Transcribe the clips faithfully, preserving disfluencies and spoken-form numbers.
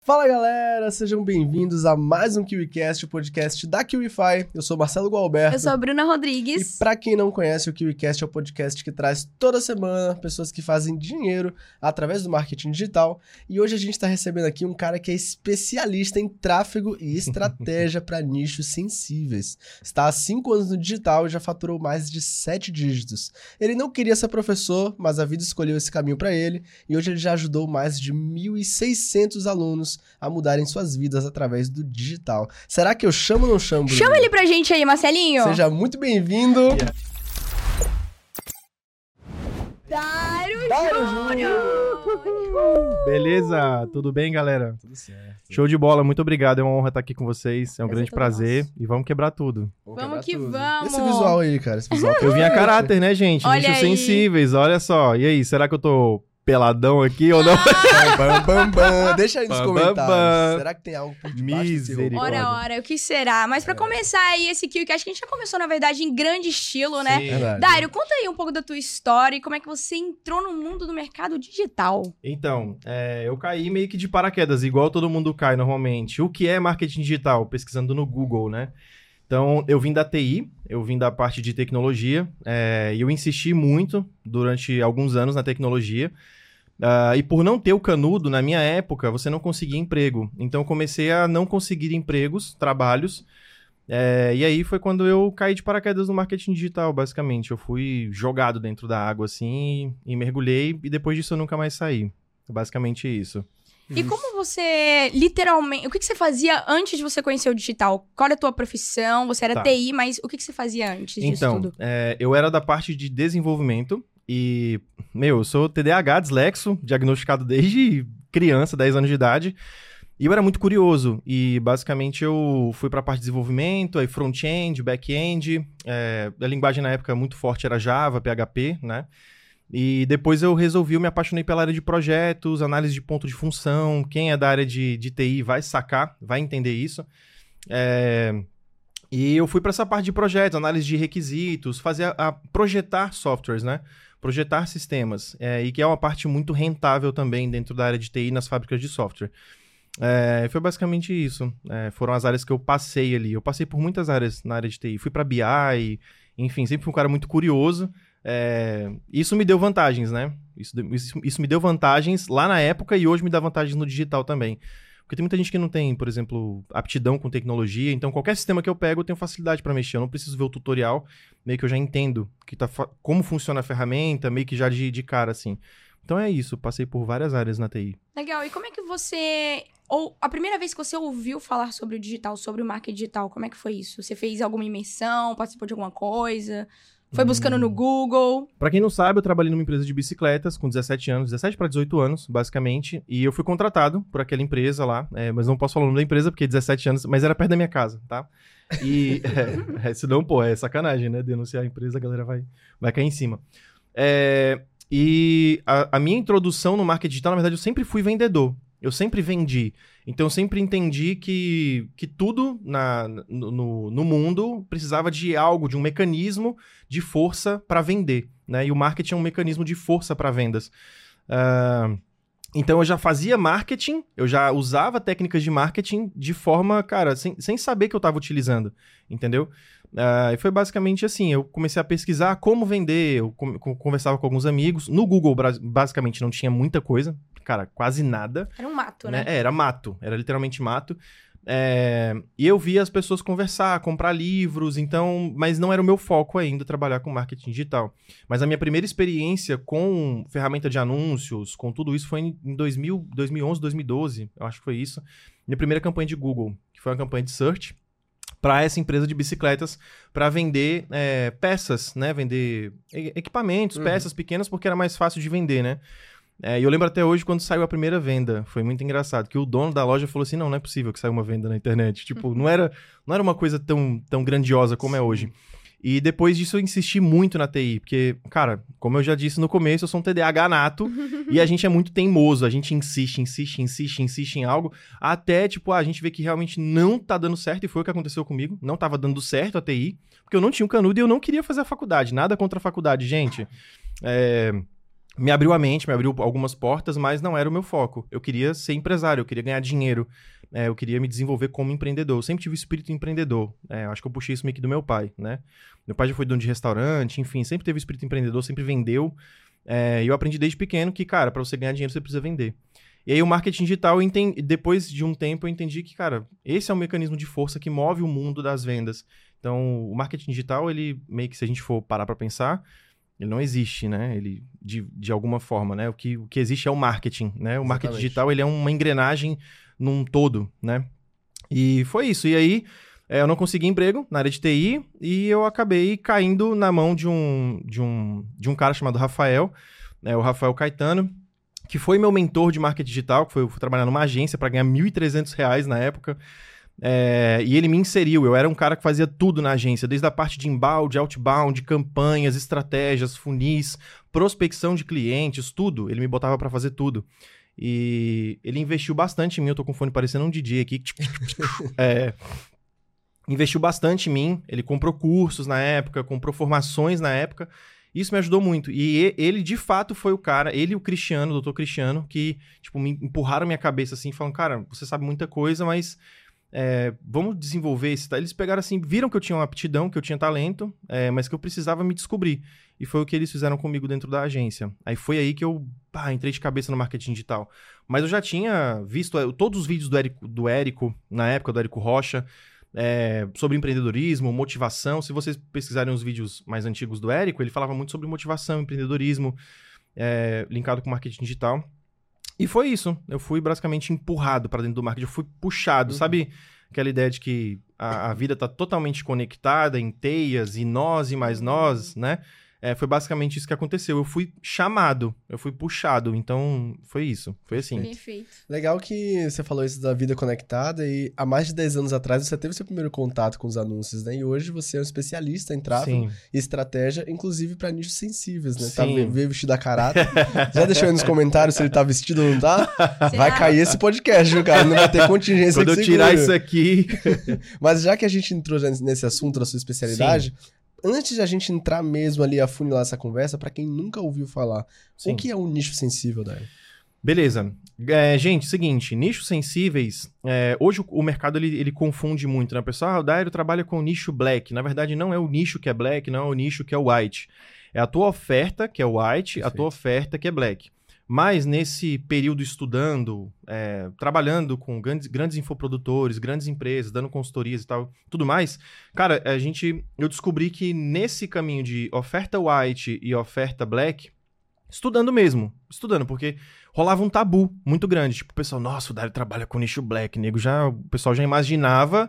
Fala galera, sejam bem-vindos a mais um KiwiCast, o podcast da KiwiFi. Eu sou Marcelo Gualberto. Eu sou a Bruna Rodrigues. E pra quem não conhece, o KiwiCast é o podcast que traz toda semana pessoas que fazem dinheiro através do marketing digital. E hoje a gente tá recebendo aqui um cara que é especialista em tráfego e estratégia para nichos sensíveis. Está há cinco anos no digital e já faturou mais de sete dígitos. Ele não queria ser professor, mas a vida escolheu esse caminho para ele. E hoje ele já ajudou mais de mil e seiscentos alunos a mudarem suas vidas através do digital. Será que eu chamo ou não chamo, Bruno? Chama ele pra gente aí, Marcelinho. Seja muito bem-vindo. Yeah. Dário Júnior. Beleza? Tudo bem, galera? Tudo certo. Show de bola, muito obrigado. É uma honra estar aqui com vocês. É um Prazer grande todo prazer. nosso. E vamos quebrar tudo. Vamos que tudo. vamos. Esse visual aí, cara. Esse visual Eu vim a caráter, né, gente? Olha Nichos aí. sensíveis, olha só. E aí, será que eu tô peladão aqui ou não? bam, bam, bam. Deixa aí nos Bam, comentários. bam, bam. Será que tem algo por debaixo desse roubo? Misericórdia. Ora, ora, o que será? Mas pra começar aí esse Kiwi, que acho que a gente já começou, na verdade, em grande estilo, né? Sim. Verdade. Dário, conta aí um pouco da tua história e como é que você entrou no mundo do mercado digital. Então, é, eu caí meio que de paraquedas, igual todo mundo cai normalmente. O que é marketing digital? Pesquisando no Google, né? Então, eu vim da T I, eu vim da parte de tecnologia, é, e eu insisti muito durante alguns anos na tecnologia. Uh, e por não ter o canudo, na minha época, você não conseguia emprego. Então, eu comecei a não conseguir empregos, trabalhos. É, e aí foi quando eu caí de paraquedas no marketing digital, basicamente. Eu fui jogado dentro da água, assim, e, e mergulhei. E depois disso eu nunca mais saí. Basicamente isso. E como você, literalmente... O que, que você fazia antes de você conhecer o digital? Qual era a tua profissão? Você era Tá. T I, mas o que, que você fazia antes disso Então, tudo? é, eu era da parte de desenvolvimento. E, meu, eu sou T D A H, dislexo, diagnosticado desde criança, dez anos de idade. E eu era muito curioso. E, basicamente, eu fui pra parte de desenvolvimento, aí front-end, back-end. É, a linguagem, na época, muito forte era Java, P H P, né? E depois eu resolvi, eu me apaixonei pela área de projetos, análise de ponto de função. Quem é da área de, de T I vai sacar, vai entender isso. É... E eu fui para essa parte de projetos, análise de requisitos, fazer a, a projetar softwares, né? Projetar sistemas. É, e que é uma parte muito rentável também dentro da área de T I nas fábricas de software. É, foi basicamente isso. É, foram as áreas que eu passei ali. Eu passei por muitas áreas na área de T I. Fui para B I, enfim, sempre fui um cara muito curioso. É, isso me deu vantagens, né? Isso, isso, isso me deu vantagens lá na época e hoje me dá vantagens no digital também. Porque tem muita gente que não tem, por exemplo, aptidão com tecnologia. Então, qualquer sistema que eu pego, eu tenho facilidade para mexer. Eu não preciso ver o tutorial. Meio que eu já entendo que tá fa- como funciona a ferramenta, meio que já de, de cara, assim. Então, é isso. Passei por várias áreas na T I. Legal. E como é que você... Ou a primeira vez que você ouviu falar sobre o digital, sobre o marketing digital, como é que foi isso? Você fez alguma imersão? Participou de alguma coisa? Foi buscando no Google? Pra quem não sabe, eu trabalhei numa empresa de bicicletas com dezessete anos, dezessete para dezoito anos, basicamente. E eu fui contratado por aquela empresa lá, é, mas não posso falar o nome da empresa porque é dezessete anos, mas era perto da minha casa, tá? E, é, é, senão, pô, é sacanagem, né? Denunciar a empresa, a galera vai, vai cair em cima. É, e a, a minha introdução no marketing digital, na verdade, eu sempre fui vendedor. Eu sempre vendi. Então, eu sempre entendi que, que tudo na, no, no mundo precisava de algo, de um mecanismo de força para vender, né? E o marketing é um mecanismo de força para vendas. Uh, então, eu já fazia marketing, eu já usava técnicas de marketing de forma, cara, sem, sem saber que eu estava utilizando, entendeu? Uh, e foi basicamente assim, eu comecei a pesquisar como vender, eu com, conversava com alguns amigos. No Google, basicamente, não tinha muita coisa. Cara, quase nada. Era um mato, né? né? É, era mato. Era literalmente mato. É... E eu via as pessoas conversar, comprar livros, então... Mas não era o meu foco ainda trabalhar com marketing digital. Mas a minha primeira experiência com ferramenta de anúncios, com tudo isso, foi em dois mil, dois mil e onze, dois mil e doze. Eu acho que foi isso. Minha primeira campanha de Google, que foi uma campanha de search para essa empresa de bicicletas, para vender é, peças, né? Vender equipamentos, Uhum. peças pequenas, porque era mais fácil de vender, né? É, e eu lembro até hoje quando saiu a primeira venda. Foi muito engraçado, que o dono da loja falou assim, não, não é possível que saia uma venda na internet. Tipo, não era, não era uma coisa tão, tão grandiosa como é hoje. E depois disso eu insisti muito na T I, porque, cara, como eu já disse no começo, eu sou um T D A H nato e a gente é muito teimoso, a gente insiste, insiste, insiste, insiste em algo, até, tipo, a gente vê que realmente não tá dando certo, e foi o que aconteceu comigo, não tava dando certo a T I, porque eu não tinha um canudo e eu não queria fazer a faculdade, nada contra a faculdade, gente. É... me abriu a mente, me abriu algumas portas, mas não era o meu foco. Eu queria ser empresário, eu queria ganhar dinheiro, é, eu queria me desenvolver como empreendedor. Eu sempre tive o espírito empreendedor. É, acho que eu puxei isso meio que do meu pai, né? Meu pai já foi dono de restaurante, enfim, sempre teve o espírito empreendedor, sempre vendeu. É, e eu aprendi desde pequeno que, cara, para você ganhar dinheiro, você precisa vender. E aí o marketing digital, eu entendi, depois de um tempo, eu entendi que, cara, esse é o mecanismo de força que move o mundo das vendas. Então, o marketing digital, ele meio que, se a gente for parar para pensar, ele não existe, né? Ele, de, de alguma forma, né? O que, o que existe é o marketing, né? O marketing digital, ele é uma engrenagem num todo, né? E foi isso. E aí, é, eu não consegui emprego na área de T I e eu acabei caindo na mão de um, de um, de um cara chamado Rafael, né? O Rafael Caetano, que foi meu mentor de marketing digital, que foi, eu fui trabalhar numa agência para ganhar mil e trezentos reais na época. É, e ele me inseriu, eu era um cara que fazia tudo na agência, desde a parte de inbound, outbound, campanhas, estratégias, funis, prospecção de clientes, tudo. Ele me botava pra fazer tudo. E ele investiu bastante em mim, eu tô com o fone parecendo um D J aqui. é, investiu bastante em mim, ele comprou cursos na época, comprou formações na época. Isso me ajudou muito. E ele, de fato, foi o cara, ele e o Cristiano, o doutor Cristiano, que tipo, me empurraram minha cabeça assim, falando, cara, você sabe muita coisa, mas... É, vamos desenvolver esse... Eles pegaram assim, viram que eu tinha uma aptidão, que eu tinha talento, é, mas que eu precisava me descobrir. E foi o que eles fizeram comigo dentro da agência. Aí foi aí que eu pá, entrei de cabeça no marketing digital. Mas eu já tinha visto é, todos os vídeos do Érico, do Érico na época, do Érico Rocha, é, sobre empreendedorismo, motivação. Se vocês pesquisarem os vídeos mais antigos do Érico, ele falava muito sobre motivação, empreendedorismo, é, linkado com marketing digital. E foi isso. Eu fui basicamente empurrado para dentro do marketing. Eu fui puxado. Uhum. Sabe aquela ideia de que a, a vida está totalmente conectada em teias e nós e mais nós, né? É, foi basicamente isso que aconteceu. Eu fui chamado, eu fui puxado. Então, foi isso. Foi assim. Perfeito. Legal que você falou isso da vida conectada e há mais de dez anos atrás você teve seu primeiro contato com os anúncios, né? E hoje você é um especialista em tráfego Sim. e estratégia, inclusive para nichos sensíveis, né? Sim. Tá veio vestido a caráter. Já deixou aí nos comentários se ele tá vestido ou não tá? Vai cair esse podcast, viu, cara? Não vai ter contingência. Quando eu tirar isso aqui... Mas já que a gente entrou já nesse assunto da sua especialidade... Sim. Antes de a gente entrar mesmo ali a funilar essa conversa, pra quem nunca ouviu falar, Sim. o que é um nicho sensível, Dario? Beleza. É, gente, seguinte, nichos sensíveis, é, hoje o, o mercado ele, ele confunde muito, né? O pessoal, ah, o Dario trabalha com o nicho black. Na verdade, não é o nicho que é black, não é o nicho que é white. É a tua oferta que é white, Perfeito. A tua oferta que é black. Mas nesse período estudando, é, trabalhando com grandes, grandes infoprodutores, grandes empresas, dando consultorias e tal, tudo mais, cara, a gente, eu descobri que nesse caminho de oferta white e oferta black, estudando mesmo, estudando, porque rolava um tabu muito grande. Tipo, o pessoal, nossa, o Dario trabalha com nicho black, nego, já, o pessoal já imaginava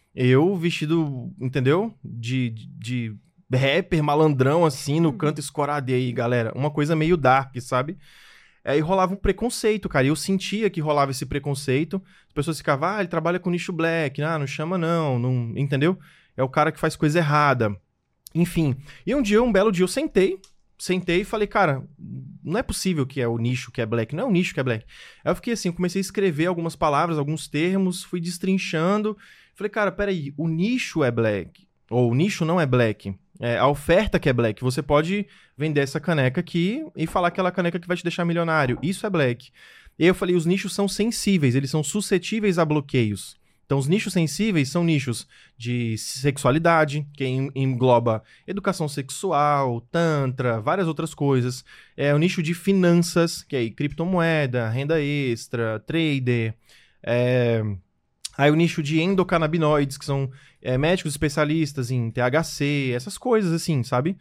eu vestido, entendeu? De... de, de rapper, malandrão, assim, no canto escorado. E aí, galera, uma coisa meio dark, sabe? Aí rolava um preconceito, cara, e eu sentia que rolava esse preconceito, as pessoas ficavam, ah, ele trabalha com nicho black, ah, não chama não, não, entendeu? É o cara que faz coisa errada, enfim. E um dia, um belo dia, eu sentei, sentei e falei, cara, não é possível que é o nicho que é black, não é o nicho que é black. Aí eu fiquei assim, eu comecei a escrever algumas palavras, alguns termos, fui destrinchando, falei, cara, peraí, o nicho é black, ou o nicho não é black. É, a oferta que é black, você pode vender essa caneca aqui e falar aquela caneca que vai te deixar milionário. Isso é black. E aí eu falei, os nichos são sensíveis, eles são suscetíveis a bloqueios. Então, os nichos sensíveis são nichos de sexualidade, que engloba educação sexual, tantra, várias outras coisas. É o nicho de finanças, que é aí, criptomoeda, renda extra, trader. É... Aí o nicho de endocannabinoides, que são é, médicos especialistas em T H C, essas coisas assim, sabe?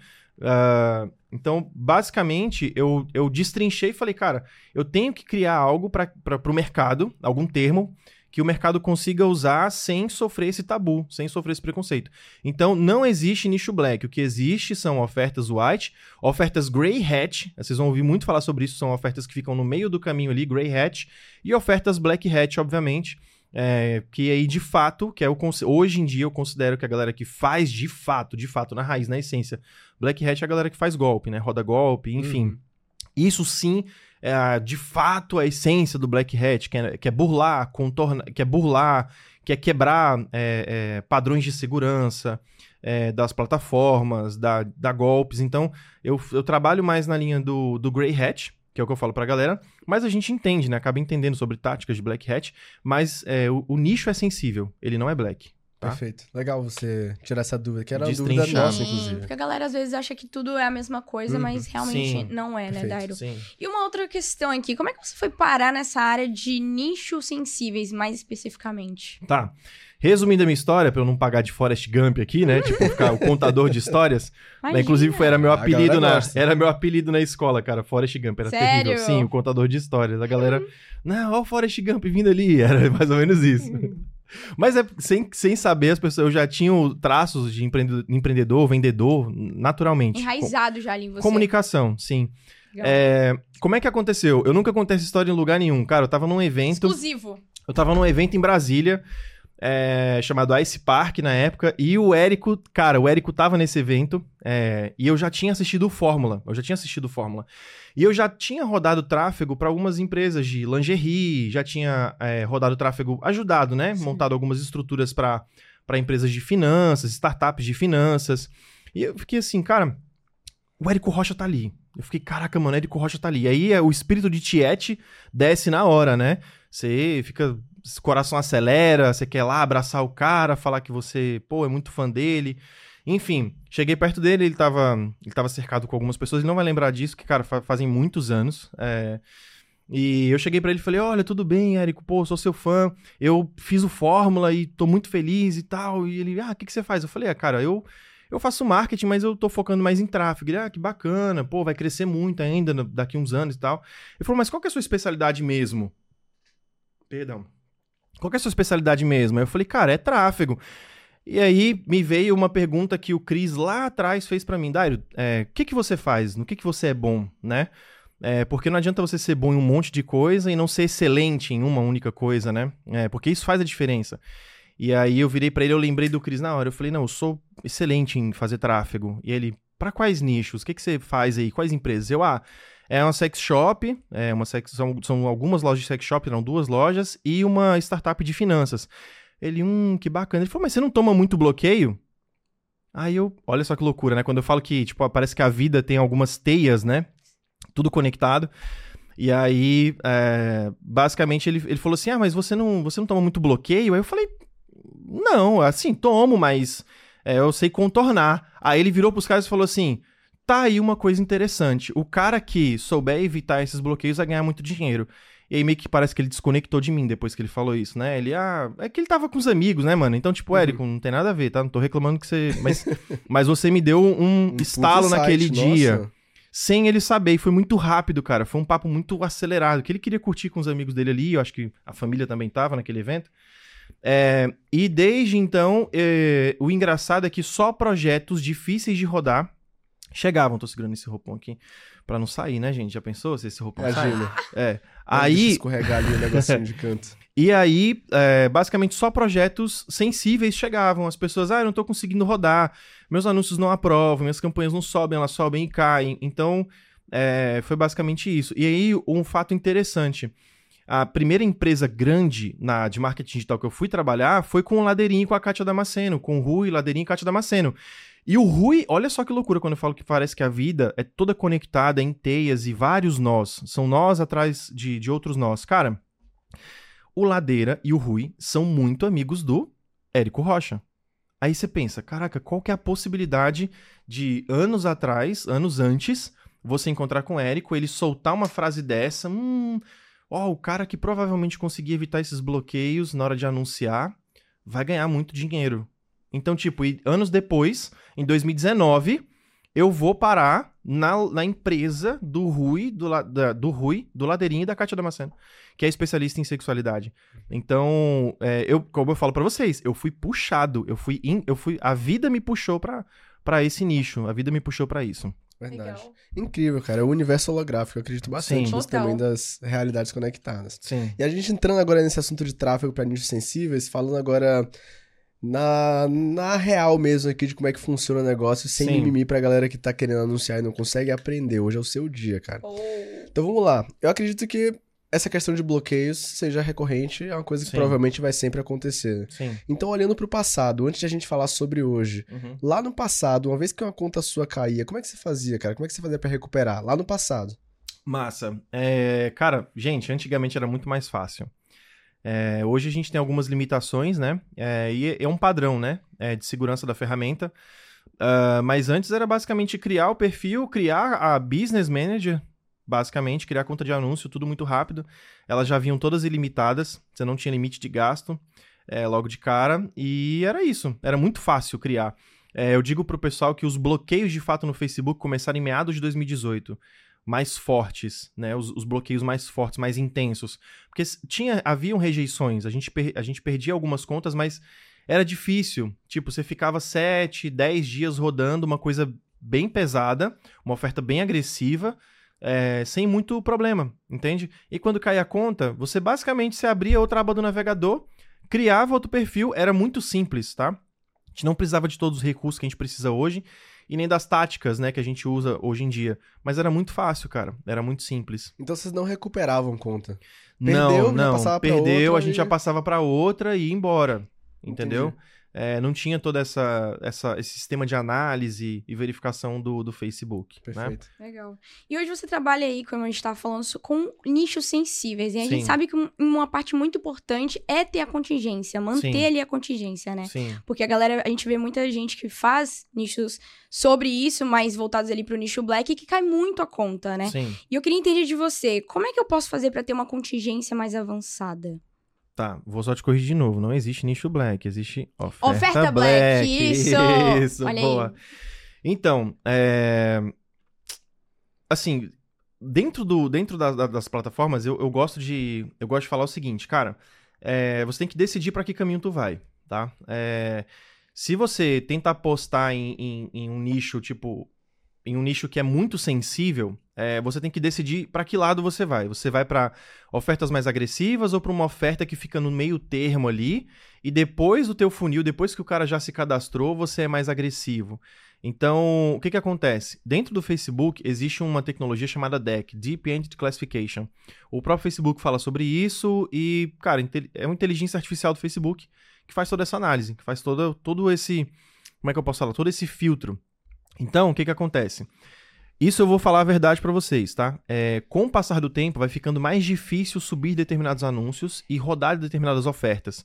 Uh, então, basicamente, eu, eu destrinchei e falei, cara, eu tenho que criar algo para o mercado, algum termo, que o mercado consiga usar sem sofrer esse tabu, sem sofrer esse preconceito. Então, não existe nicho black. O que existe são ofertas white, ofertas grey hat, vocês vão ouvir muito falar sobre isso, são ofertas que ficam no meio do caminho ali, grey hat, e ofertas black hat, obviamente. É, que aí de fato, que é o hoje em dia eu considero que a galera que faz de fato, de fato, na raiz, na essência, Black Hat é a galera que faz golpe, né? Roda golpe, enfim. Uhum. Isso sim é de fato a essência do Black Hat, que é, que é burlar, contornar, que é burlar, que é quebrar é, é, padrões de segurança, é, das plataformas, da, da golpes. Então, eu, eu trabalho mais na linha do, do Grey Hat, que é o que eu falo pra galera, mas a gente entende, né? Acaba entendendo sobre táticas de Black Hat, mas é, o, o nicho é sensível, ele não é Black. Tá? Perfeito. Legal você tirar essa dúvida, que era uma dúvida Destrinchar. nossa, Sim, inclusive. porque a galera às vezes acha que tudo é a mesma coisa, Uhum. mas realmente Sim. não é, né, Perfeito. Dairo? Sim. E uma outra questão aqui, como é que você foi parar nessa área de nichos sensíveis, mais especificamente? Tá. Resumindo a minha história, pra eu não pagar de Forrest Gump aqui, né? Tipo, ficar o contador de histórias. Imagina. Inclusive, foi, era meu A apelido galera na, gosta. era meu apelido na escola, cara. Forrest Gump. Era Sério? terrível. Sim, o contador de histórias. A galera, não, ó o Forrest Gump vindo ali. Era mais ou menos isso. Mas é, sem, sem saber, as pessoas, eu já tinha traços de empreendedor, empreendedor vendedor, naturalmente. Enraizado já ali em você. Comunicação, sim. Legal. É, como é que aconteceu? Eu nunca contei essa história em lugar nenhum. Cara, eu tava num evento... Exclusivo. Eu tava num evento em Brasília, é, chamado Ice Park na época, e o Érico, cara, o Érico tava nesse evento, é, e eu já tinha assistido o Fórmula, eu já tinha assistido o Fórmula. E eu já tinha rodado tráfego para algumas empresas de lingerie, já tinha é, rodado tráfego ajudado, né? Sim. Montado algumas estruturas para empresas de finanças, startups de finanças. E eu fiquei assim, cara, o Érico Rocha tá ali. Eu fiquei, caraca, mano, o Érico Rocha tá ali. E aí é, o espírito de Tiete desce na hora, né? Você fica... O coração acelera, você quer lá abraçar o cara, falar que você, pô, é muito fã dele. Enfim, cheguei perto dele, ele tava, ele tava cercado com algumas pessoas, ele não vai lembrar disso, que, cara, fa- fazem muitos anos. É... E eu cheguei pra ele e falei, olha, tudo bem, Érico, pô, sou seu fã, eu fiz o Fórmula e tô muito feliz e tal. E ele, ah, o que, que você faz? Eu falei, ah, cara, eu, eu faço marketing, mas eu tô focando mais em tráfego. Ele, ah, que bacana, pô, vai crescer muito ainda no- daqui uns anos e tal. Ele falou, mas qual que é a sua especialidade mesmo? Perdão. Qual que é a sua especialidade mesmo? Aí eu falei, cara, é tráfego. E aí me veio uma pergunta que o Cris lá atrás fez pra mim. Dairo, é, o que que você faz? No que que você é bom, né? É, porque não adianta você ser bom em um monte de coisa e não ser excelente em uma única coisa, né? É, porque isso faz a diferença. E aí eu virei pra ele, eu lembrei do Cris na hora. Eu falei, não, eu sou excelente em fazer tráfego. E ele, pra quais nichos? O que que você faz aí? Quais empresas? Eu, ah... É uma sex shop, é uma sex, são, são algumas lojas de sex shop, não, duas lojas, e uma startup de finanças. Ele, hum, que bacana. Ele falou, mas você não toma muito bloqueio? Aí eu, olha só que loucura, né? Quando eu falo que, tipo, parece que a vida tem algumas teias, né? Tudo conectado. E aí, é, basicamente, ele, ele falou assim, ah, mas você não, você não toma muito bloqueio? Aí eu falei, não, assim, tomo, mas é, eu sei contornar. Aí ele virou pros caras e falou assim... Tá aí uma coisa interessante. O cara que souber evitar esses bloqueios vai ganhar muito dinheiro. E aí meio que parece que ele desconectou de mim depois que ele falou isso, né? Ele, ah... É que ele tava com os amigos, né, mano? Então, tipo, Uhum. Érico, não tem nada a ver, tá? Não tô reclamando que você... Mas, mas você me deu um, Um estalo puta naquele insight, dia. nossa. Sem ele saber. E foi muito rápido, cara. Foi um papo muito acelerado. Que ele queria curtir com os amigos dele ali. Eu acho que a família também tava naquele evento. É, e desde então, é, o engraçado é que só projetos difíceis de rodar chegavam. Tô segurando esse roupão aqui pra não sair, né, gente? Já pensou se esse roupão sai? Imagina. É. Deixa Aí, escorregar ali o negocinho de canto. e aí, é, basicamente, só projetos sensíveis chegavam. As pessoas, ah, eu não tô conseguindo rodar, meus anúncios não aprovam, minhas campanhas não sobem, elas sobem e caem. Então, é, foi basicamente isso. E aí, um fato interessante. A primeira empresa grande na, de marketing digital que eu fui trabalhar foi com o Ladeirinho e com a Kátia Damasceno, com o Rui, Ladeirinho e Kátia Damasceno. E o Rui, olha só que loucura quando eu falo que parece que a vida é toda conectada em teias e vários nós. São nós atrás de, de outros nós. Cara, o Ladeira e o Rui são muito amigos do Érico Rocha. Aí você pensa, caraca, qual que é a possibilidade de anos atrás, anos antes, você encontrar com o Érico, ele soltar uma frase dessa, hum, ó, o cara que provavelmente conseguia evitar esses bloqueios na hora de anunciar, vai ganhar muito dinheiro. Então, tipo, e anos depois, em dois mil e dezenove, eu vou parar na, na empresa do Rui, do, la- da- do Rui, do Ladeirinho e da Kátia Damasceno, que é especialista em sexualidade. Então, é, eu, como eu falo pra vocês, eu fui puxado, eu fui, in- eu fui, a vida me puxou pra, pra esse nicho, a vida me puxou pra isso. Verdade. Legal. Incrível, cara. É o universo holográfico. Eu acredito bastante Sim. nisso Total. também das realidades conectadas. Sim. E a gente entrando agora nesse assunto de tráfego para nichos sensíveis, falando agora na, na real mesmo aqui de como é que funciona o negócio, sem Sim. mimimi pra galera que tá querendo anunciar e não consegue aprender. Hoje é o seu dia, cara. Oh. Então vamos lá. Eu acredito que essa questão de bloqueios seja recorrente, é uma coisa que Sim. provavelmente vai sempre acontecer. Sim. Então, olhando pro passado, antes de a gente falar sobre hoje, Uhum. lá no passado, uma vez que uma conta sua caía, como é que você fazia, cara? Como é que você fazia pra recuperar? Lá no passado. Massa. É, cara, gente, antigamente era muito mais fácil. É, hoje a gente tem algumas limitações, né? É, e é um padrão, né? É, de segurança da ferramenta. Uh, mas antes era basicamente criar o perfil, criar a Business Manager, basicamente, criar conta de anúncio, tudo muito rápido. Elas já vinham todas ilimitadas, você não tinha limite de gasto é, logo de cara. E era isso, era muito fácil criar. É, eu digo pro pessoal que os bloqueios de fato no Facebook começaram em meados de dois mil e dezoito. Mais fortes, né? Os, os bloqueios mais fortes, mais intensos. Porque tinha, haviam rejeições, a gente, per, a gente perdia algumas contas, mas era difícil. Tipo, você ficava sete, dez dias rodando uma coisa bem pesada, uma oferta bem agressiva, é, sem muito problema, entende? E quando caía a conta, você basicamente se abria outra aba do navegador, criava outro perfil, era muito simples, tá? A gente não precisava de todos os recursos que a gente precisa hoje, e nem das táticas, né, que a gente usa hoje em dia. Mas era muito fácil, cara. Era muito simples. Então vocês não recuperavam conta? Perdeu, não, não. Já passava pra Perdeu, outra a gente e... já passava pra outra e ia embora. Entendeu? Entendi. É, não tinha todo essa, essa, esse sistema de análise e verificação do, do Facebook. Perfeito. Né? Legal. E hoje você trabalha aí, como a gente estava falando, so- com nichos sensíveis. E a Sim. gente sabe que um- uma parte muito importante é ter a contingência, manter Sim. ali a contingência, né? Sim. Porque a galera, a gente vê muita gente que faz nichos sobre isso, mas voltados ali pro nicho black, e que cai muito a conta, né? Sim. E eu queria entender de você, como é que eu posso fazer para ter uma contingência mais avançada? Tá, vou só te corrigir de novo. Não existe nicho black, existe oferta, Oferta black, isso! Isso, Olha boa. aí. Então, é... assim, dentro, do, dentro da- da- das plataformas, eu, eu gosto de eu gosto de falar o seguinte, cara, é, você tem que decidir para que caminho tu vai, tá? É, se você tentar apostar em, em, em um nicho, tipo, em um nicho que é muito sensível, é, você tem que decidir para que lado você vai. Você vai para ofertas mais agressivas ou para uma oferta que fica no meio termo ali, e depois do teu funil, depois que o cara já se cadastrou, você é mais agressivo. Então, o que que acontece? Dentro do Facebook existe uma tecnologia chamada D E C, Deep Entity Classification. O próprio Facebook fala sobre isso e, cara, é uma inteligência artificial do Facebook que faz toda essa análise, que faz todo, todo esse, como é que eu posso falar? Todo esse filtro. Então, o que que acontece? Isso eu vou falar a verdade para vocês, tá? É, com o passar do tempo, vai ficando mais difícil subir determinados anúncios e rodar determinadas ofertas.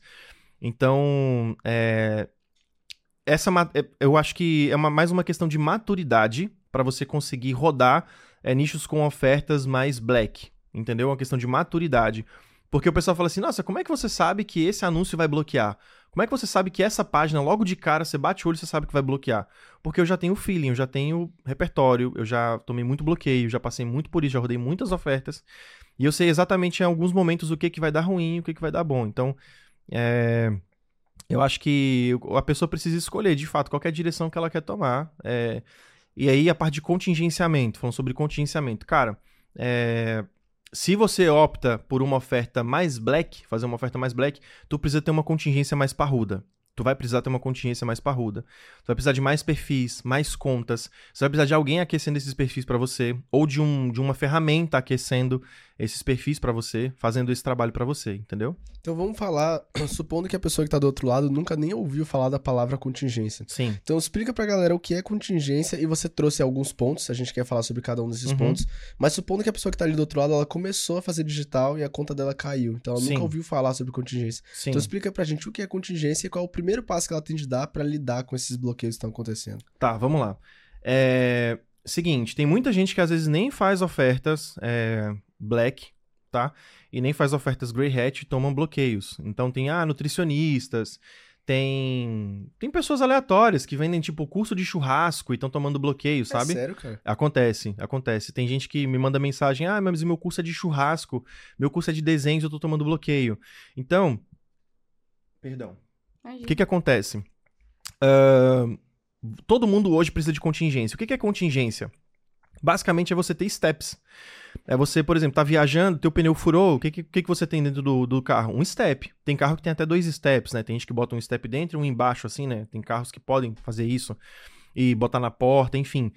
Então, é, essa, eu acho que é uma, mais uma questão de maturidade para você conseguir rodar é, nichos com ofertas mais black, entendeu? É uma questão de maturidade. Porque o pessoal fala assim, nossa, como é que você sabe que esse anúncio vai bloquear? Como é que você sabe que essa página, logo de cara, você bate o olho e você sabe que vai bloquear? Porque eu já tenho feeling, eu já tenho repertório, eu já tomei muito bloqueio, já passei muito por isso, já rodei muitas ofertas. E eu sei exatamente em alguns momentos o que, que vai dar ruim e o que, que vai dar bom. Então, é, eu acho que a pessoa precisa escolher, de fato, qual é a direção que ela quer tomar. É, e aí, a parte de contingenciamento, falando sobre contingenciamento. Cara, é... se você opta por uma oferta mais black, fazer uma oferta mais black, tu precisa ter uma contingência mais parruda. Tu vai precisar ter uma contingência mais parruda. Tu vai precisar de mais perfis, mais contas. Você vai precisar de alguém aquecendo esses perfis para você, ou de, um, de uma ferramenta aquecendo esses perfis para você, fazendo esse trabalho para você, entendeu? Então vamos falar, supondo que a pessoa que tá do outro lado nunca nem ouviu falar da palavra contingência. Sim. Então explica pra galera o que é contingência e você trouxe alguns pontos, a gente quer falar sobre cada um desses Uhum. pontos, mas supondo que a pessoa que tá ali do outro lado, ela começou a fazer digital e a conta dela caiu, então ela Sim. nunca ouviu falar sobre contingência. Sim. Então explica pra gente o que é contingência e qual é o primeiro passo que ela tem de dar pra lidar com esses bloqueios que estão acontecendo. Tá, vamos lá. É... Seguinte, tem muita gente que às vezes nem faz ofertas é, black, tá? E nem faz ofertas grey hat e tomam bloqueios. Então tem, ah, nutricionistas, tem... Tem pessoas aleatórias que vendem, tipo, curso de churrasco e estão tomando bloqueio, sabe? É sério, cara? Acontece, acontece. Tem gente que me manda mensagem, ah, mas meu curso é de churrasco, meu curso é de desenhos, eu tô tomando bloqueio. Então, perdão. O que que acontece? Uh, todo mundo hoje precisa de contingência. O que que é contingência? Basicamente é você ter steps. É você, por exemplo, tá viajando, teu pneu furou, o que que, que que você tem dentro do, do carro? Um step. Tem carro que tem até dois steps, né? Tem gente que bota um step dentro e um embaixo, assim, né? Tem carros que podem fazer isso. e botar na porta, enfim.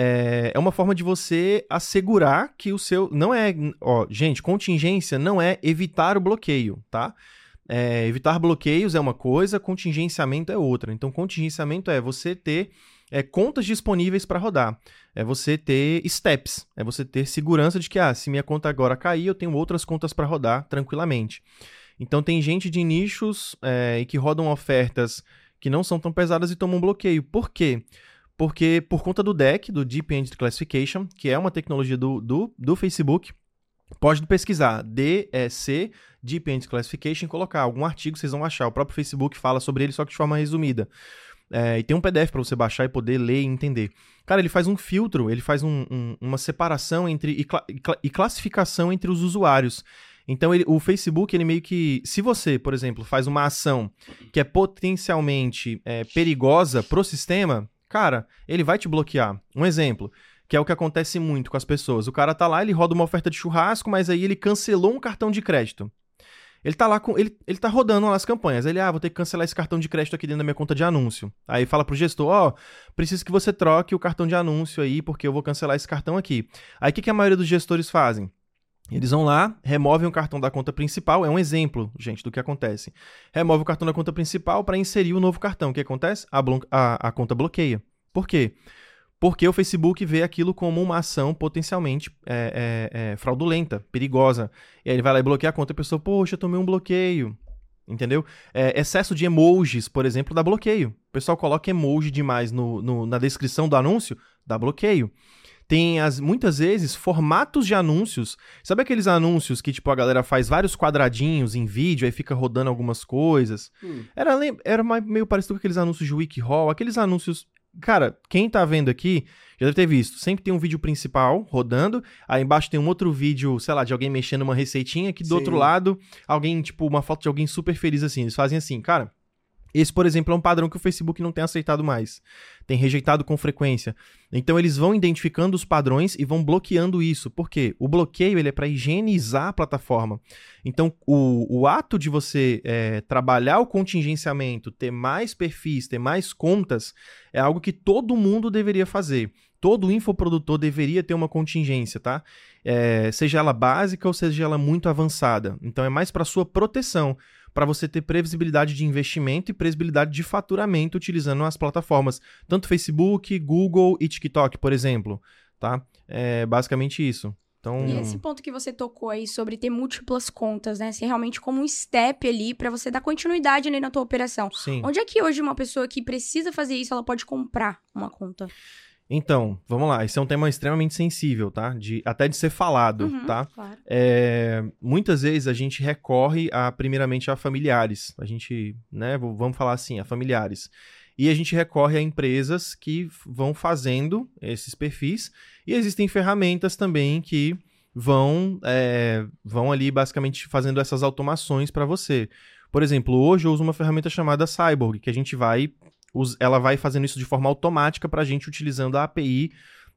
É, é uma forma de você assegurar que o seu... Não é... Ó, gente, contingência não é evitar o bloqueio, tá? É, evitar bloqueios é uma coisa, contingenciamento é outra. Então, contingenciamento é você ter é, contas disponíveis para rodar. É você ter steps. É você ter segurança de que, ah, se minha conta agora cair, eu tenho outras contas para rodar tranquilamente. Então, tem gente de nichos é, que rodam ofertas que não são tão pesadas e tomam bloqueio. Por quê? Porque por conta do D E C, do Deep Entity Classification, que é uma tecnologia do, do, do Facebook, pode pesquisar D E C, Deep Entity Classification, e colocar algum artigo, vocês vão achar. O próprio Facebook fala sobre ele, só que de forma resumida. É, e tem um P D F para você baixar e poder ler e entender. Cara, ele faz um filtro, ele faz um, um, uma separação entre e, cla, e classificação entre os usuários. Então, ele, o Facebook, ele meio que... Se você, por exemplo, faz uma ação que é potencialmente é, perigosa pro sistema, cara, ele vai te bloquear. Um exemplo, que é o que acontece muito com as pessoas. O cara tá lá, ele roda uma oferta de churrasco, mas aí ele cancelou um cartão de crédito. Ele tá lá com... Ele, ele tá rodando lá as campanhas. Ele, ah, vou ter que cancelar esse cartão de crédito aqui dentro da minha conta de anúncio. Aí fala pro gestor, ó, oh, preciso que você troque o cartão de anúncio aí, porque eu vou cancelar esse cartão aqui. Aí o que, que a maioria dos gestores fazem? Eles vão lá, removem o cartão da conta principal, é um exemplo, gente, do que acontece. Remove o cartão da conta principal para inserir o novo cartão. O que acontece? A, a, a conta bloqueia. Por quê? Porque o Facebook vê aquilo como uma ação potencialmente é, é, é, fraudulenta, perigosa. E aí ele vai lá e bloqueia a conta e a pessoa, poxa, eu tomei um bloqueio. Entendeu? É, excesso de emojis, por exemplo, dá bloqueio. O pessoal coloca emoji demais no, no, na descrição do anúncio, dá bloqueio. Tem, as, muitas vezes, formatos de anúncios. Sabe aqueles anúncios que, tipo, a galera faz vários quadradinhos em vídeo, aí fica rodando algumas coisas? Hum. Era, era meio parecido com aqueles anúncios de WikiHow, aqueles anúncios... Cara, quem tá vendo aqui já deve ter visto. Sempre tem um vídeo principal rodando, aí embaixo tem um outro vídeo, sei lá, de alguém mexendo uma receitinha, aqui do Sim. outro lado, alguém, tipo, uma foto de alguém super feliz assim. Eles fazem assim, cara... Esse, por exemplo, é um padrão que o Facebook não tem aceitado mais. Tem rejeitado com frequência. Então, eles vão identificando os padrões e vão bloqueando isso. Por quê? O bloqueio ele é para higienizar a plataforma. Então, o, o ato de você é, trabalhar o contingenciamento, ter mais perfis, ter mais contas, é algo que todo mundo deveria fazer. Todo infoprodutor deveria ter uma contingência, tá? É, seja ela básica ou seja ela muito avançada. Então, é mais para sua proteção, para você ter previsibilidade de investimento e previsibilidade de faturamento utilizando as plataformas, tanto Facebook, Google e TikTok, por exemplo, tá? É basicamente isso. Então... E esse ponto que você tocou aí sobre ter múltiplas contas, né? Ser realmente como um step ali para você dar continuidade ali na tua operação. Sim. Onde é que hoje uma pessoa que precisa fazer isso, ela pode comprar uma conta? Então, vamos lá. Esse é um tema extremamente sensível, tá? De, até de ser falado, uhum, tá? Claro. É, muitas vezes a gente recorre, a, primeiramente, a familiares. A gente, né? Vamos falar assim, a familiares. E a gente recorre a empresas que vão fazendo esses perfis. E existem ferramentas também que vão, é, vão ali, basicamente, fazendo essas automações para você. Por exemplo, hoje eu uso uma ferramenta chamada Cyborg, que a gente vai... ela vai fazendo isso de forma automática para a gente utilizando a A P I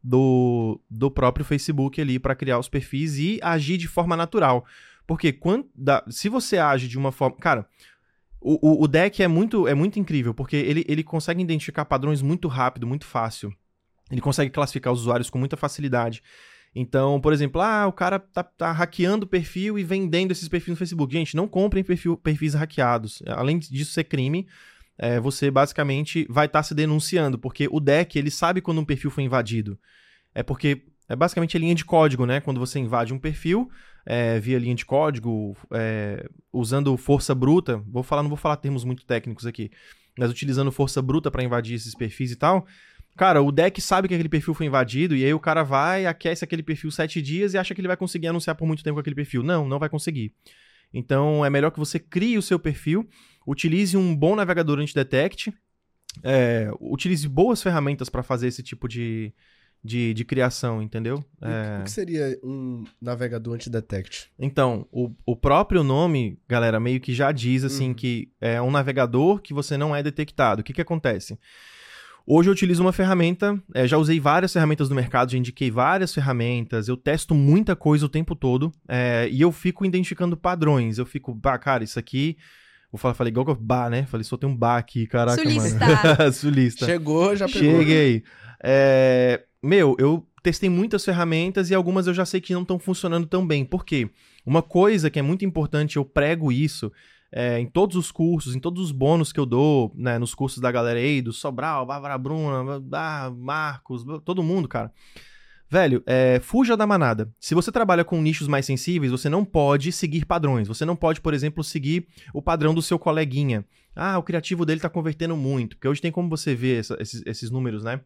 do, do próprio Facebook ali para criar os perfis e agir de forma natural. Porque quando, da, se você age de uma forma... Cara, o, o, o D E C é muito, é muito incrível, porque ele, ele consegue identificar padrões muito rápido, muito fácil. Ele consegue classificar os usuários com muita facilidade. Então, por exemplo, ah, o cara tá, tá hackeando o perfil e vendendo esses perfis no Facebook. Gente, não comprem perfil, perfis hackeados. Além disso ser crime... É, você basicamente vai estar tá se denunciando, porque o D E C, ele sabe quando um perfil foi invadido. É porque, é basicamente a linha de código, né? Quando você invade um perfil, é, via linha de código, é, usando força bruta, vou falar, não vou falar termos muito técnicos aqui, mas utilizando força bruta para invadir esses perfis e tal, cara, o D E C sabe que aquele perfil foi invadido, e aí o cara vai, aquece aquele perfil sete dias e acha que ele vai conseguir anunciar por muito tempo com aquele perfil. Não, não vai conseguir. Então, é melhor que você crie o seu perfil, utilize um bom navegador anti-detect, é, utilize boas ferramentas para fazer esse tipo de, de, de criação, entendeu? É... O que seria um navegador anti-detect? Então, o, o próprio nome, galera, meio que já diz assim uhum. que é um navegador que você não é detectado. O que que acontece? Hoje eu utilizo uma ferramenta, é, já usei várias ferramentas no mercado, já indiquei várias ferramentas, eu testo muita coisa o tempo todo, é, e eu fico identificando padrões, eu fico, bah, cara, isso aqui Vou falar, falei igual que eu, bar, né? Falei, só tem um bar aqui, caraca, Sulista. mano. Sulista. Chegou, já pegou. Cheguei. É, meu, eu testei muitas ferramentas e algumas eu já sei que não estão funcionando tão bem. Por quê? Uma coisa que é muito importante, eu prego isso é, em todos os cursos, em todos os bônus que eu dou, né, nos cursos da galera aí, do Sobral, Bárbara Bruna, ah, Marcos, todo mundo, cara. Velho, é, fuja da manada. Se você trabalha com nichos mais sensíveis, você não pode seguir padrões. Você não pode, por exemplo, seguir o padrão do seu coleguinha. Ah, o criativo dele tá convertendo muito. Porque hoje tem como você ver essa, esses, esses números, né?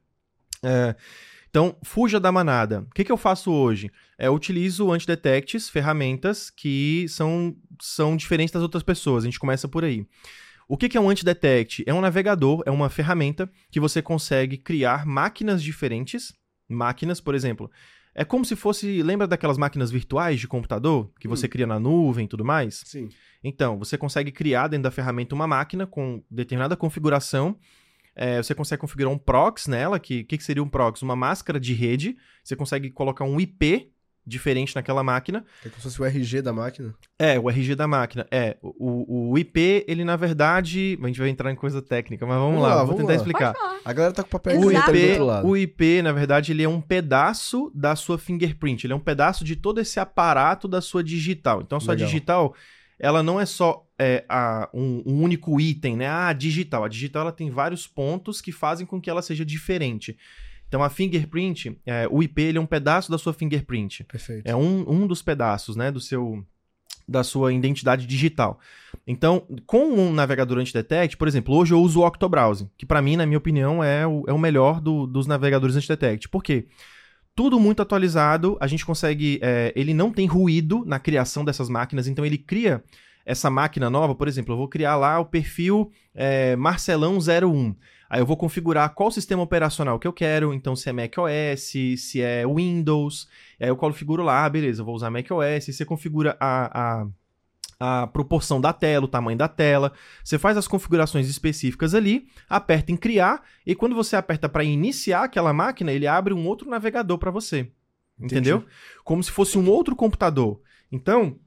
É, então, fuja da manada. O que, que eu faço hoje? É, eu utilizo antidetects, ferramentas que são, são diferentes das outras pessoas. A gente começa por aí. O que, que é um antidetect? É um navegador, é uma ferramenta que você consegue criar máquinas diferentes. Máquinas, por exemplo, é como se fosse... Lembra daquelas máquinas virtuais de computador? Que você hum. cria na nuvem e tudo mais? Sim. Então, você consegue criar dentro da ferramenta uma máquina com determinada configuração. É, você consegue configurar um proxy nela. Que que, que seria um proxy? Uma máscara de rede. Você consegue colocar um I P diferente naquela máquina. É como se fosse o R G da máquina? É, o R G da máquina. É, o, o I P, ele na verdade... A gente vai entrar em coisa técnica, mas vamos, vamos lá, lá, vou vamos tentar lá. explicar. A galera tá com o papel o I P, I P, do outro lado. O I P, na verdade, ele é um pedaço da sua fingerprint. Ele é um pedaço de todo esse aparato da sua digital. Então, a sua Legal. digital, ela não é só é, a, um, um único item, né? Ah, a digital. A digital, ela tem vários pontos que fazem com que ela seja diferente. Então, a fingerprint, é, o I P, ele é um pedaço da sua fingerprint. Perfeito. É um, um dos pedaços, né, do seu, da sua identidade digital. Então, com um navegador antidetect, por exemplo, hoje eu uso o Octobrowse, que para mim, na minha opinião, é o, é o melhor do, dos navegadores antidetect. Por quê? Tudo muito atualizado, a gente consegue... É, ele não tem ruído na criação dessas máquinas, então ele cria essa máquina nova. Por exemplo, eu vou criar lá o perfil é, Marcelão zero um. Aí eu vou configurar qual sistema operacional que eu quero, então se é macOS, se é Windows, aí eu configuro lá, beleza, eu vou usar macOS, você configura a, a, a proporção da tela, o tamanho da tela, você faz as configurações específicas ali, aperta em criar, e quando você aperta para iniciar aquela máquina, ele abre um outro navegador para você, entendeu? Entendi. Como se fosse um outro computador. Então,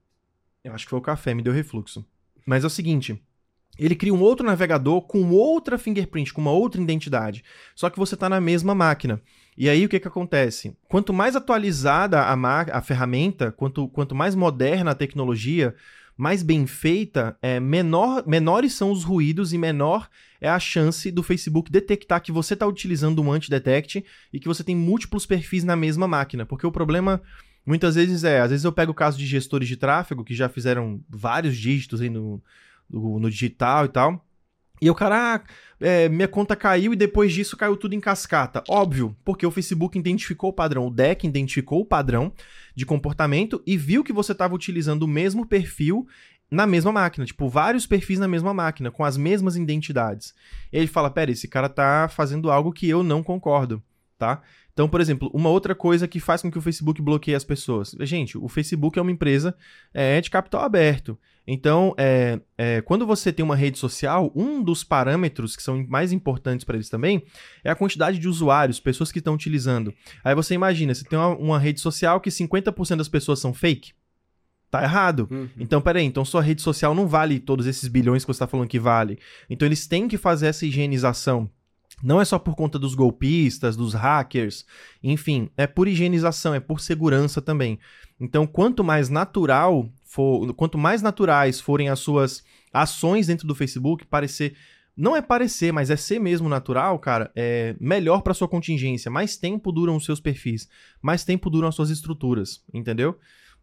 eu acho que foi o café, me deu refluxo. Mas é o seguinte... Ele cria um outro navegador com outra fingerprint, com uma outra identidade. Só que você está na mesma máquina. E aí o que, que acontece? Quanto mais atualizada a, a ferramenta, quanto, quanto mais moderna a tecnologia, mais bem feita, é, menor, menores são os ruídos e menor é a chance do Facebook detectar que você está utilizando um antidetect e que você tem múltiplos perfis na mesma máquina. Porque o problema... Muitas vezes é... Às vezes eu pego o caso de gestores de tráfego que já fizeram vários dígitos aí no... No, no digital e tal. E o cara, ah, é, minha conta caiu e depois disso caiu tudo em cascata. Óbvio, porque o Facebook identificou o padrão, o D E C identificou o padrão de comportamento e viu que você estava utilizando o mesmo perfil na mesma máquina. Tipo, vários perfis na mesma máquina, com as mesmas identidades. E ele fala, pera, esse cara tá fazendo algo que eu não concordo, tá? Então, por exemplo, uma outra coisa que faz com que o Facebook bloqueie as pessoas. Gente, o Facebook é uma empresa é, de capital aberto. Então, é, é, quando você tem uma rede social, um dos parâmetros que são mais importantes para eles também é a quantidade de usuários, pessoas que estão utilizando. Aí você imagina, você tem uma, uma rede social que cinquenta por cento das pessoas são fake. Tá errado. Uhum. Então, peraí, então sua rede social não vale todos esses bilhões que você está falando que vale. Então, eles têm que fazer essa higienização. Não é só por conta dos golpistas, dos hackers, enfim, é por higienização, é por segurança também. Então, quanto mais natural for, quanto mais naturais forem as suas ações dentro do Facebook, parecer, não é parecer, mas é ser mesmo natural, cara, é melhor para sua contingência. Mais tempo duram os seus perfis, mais tempo duram as suas estruturas, entendeu?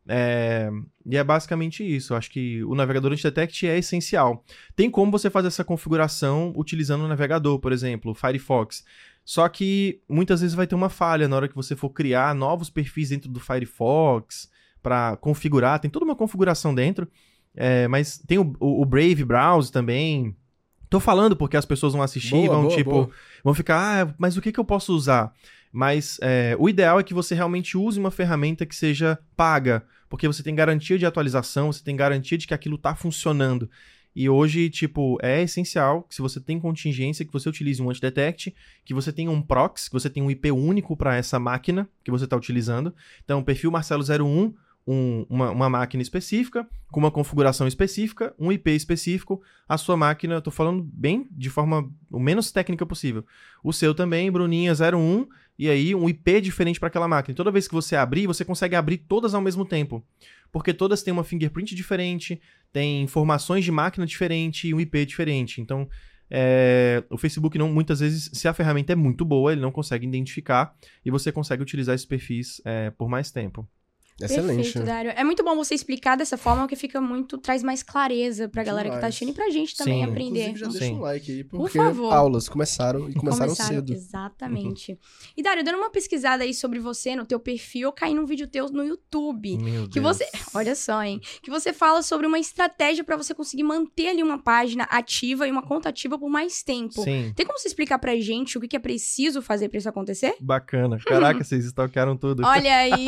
É, e é basicamente isso. Eu acho que o navegador antidetect é essencial. Tem como você fazer essa configuração utilizando o navegador, por exemplo, o Firefox. Só que muitas vezes vai ter uma falha na hora que você for criar novos perfis dentro do Firefox para configurar. Tem toda uma configuração dentro, é, mas tem o, o, o Brave Browse também. Tô falando porque as pessoas vão assistir e vão, boa, tipo, boa. vão ficar, ah, mas o que, que eu posso usar? Mas é, o ideal é que você realmente use uma ferramenta que seja paga, porque você tem garantia de atualização, você tem garantia de que aquilo está funcionando. E hoje, tipo, é essencial que se você tem contingência, que você utilize um antidetect, que você tenha um proxy, que você tenha um I P único para essa máquina que você está utilizando. Então, perfil Marcelo zero um, um, uma, uma máquina específica, com uma configuração específica, um I P específico, a sua máquina, eu tô falando bem de forma o menos técnica possível. O seu também, Bruninha zero um, e aí um I P diferente para aquela máquina. Toda vez que você abrir, você consegue abrir todas ao mesmo tempo, porque todas têm uma fingerprint diferente, tem informações de máquina diferente e um I P diferente. Então, é, o Facebook, não, muitas vezes, se a ferramenta é muito boa, ele não consegue identificar e você consegue utilizar esses perfis é, por mais tempo. Excelente. Perfeito, Dário. É muito bom você explicar dessa forma, porque fica muito, traz mais clareza pra galera que tá assistindo e pra gente também Sim. aprender. Inclusive, já deixa Sim. um like aí, porque Por favor. aulas começaram e começaram, Começaram, cedo. Exatamente. Uhum. E, Dário, dando uma pesquisada aí sobre você no teu perfil, eu caí num vídeo teu no YouTube. Meu que Deus. você, olha só, hein? Que você fala sobre uma estratégia pra você conseguir manter ali uma página ativa e uma conta ativa por mais tempo. Sim. Tem como você explicar pra gente o que é preciso fazer pra isso acontecer? Bacana. Caraca, vocês stalkearam tudo. Olha aí.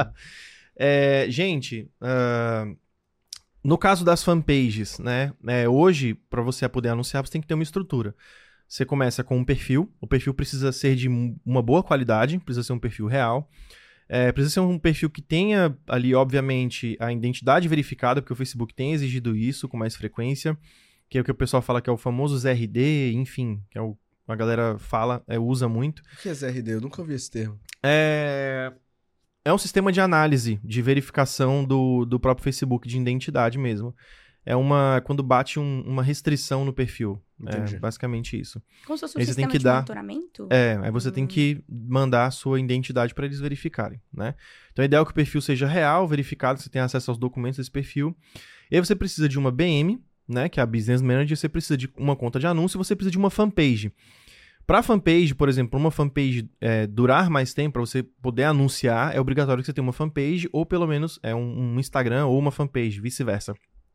É, gente, uh, no caso das fanpages, né? É, hoje, para você poder anunciar, você tem que ter uma estrutura. Você começa com um perfil. O perfil precisa ser de uma boa qualidade, precisa ser um perfil real. É, precisa ser um perfil que tenha ali, obviamente, a identidade verificada, porque o Facebook tem exigido isso com mais frequência, que é o que o pessoal fala que é o famoso Z R D, enfim, que é o, a galera fala, é, usa muito. O que é Z R D? Eu nunca ouvi esse termo. É... É um sistema de análise, de verificação do, do próprio Facebook, de identidade mesmo. É uma... quando bate um, uma restrição no perfil. Entendi. É basicamente isso. Como se fosse um Aí você sistema tem que de dar- monitoramento? É, aí você Hum. tem que mandar a sua identidade para eles verificarem, né? Então é ideal que o perfil seja real, verificado, você tenha acesso aos documentos desse perfil. E aí você precisa de uma B M, né, que é a Business Manager, você precisa de uma conta de anúncio, você precisa de uma fanpage. Para fanpage, por exemplo, uma fanpage é, durar mais tempo, para você poder anunciar, é obrigatório que você tenha uma fanpage, ou pelo menos é um, um Instagram ou uma fanpage, vice-versa.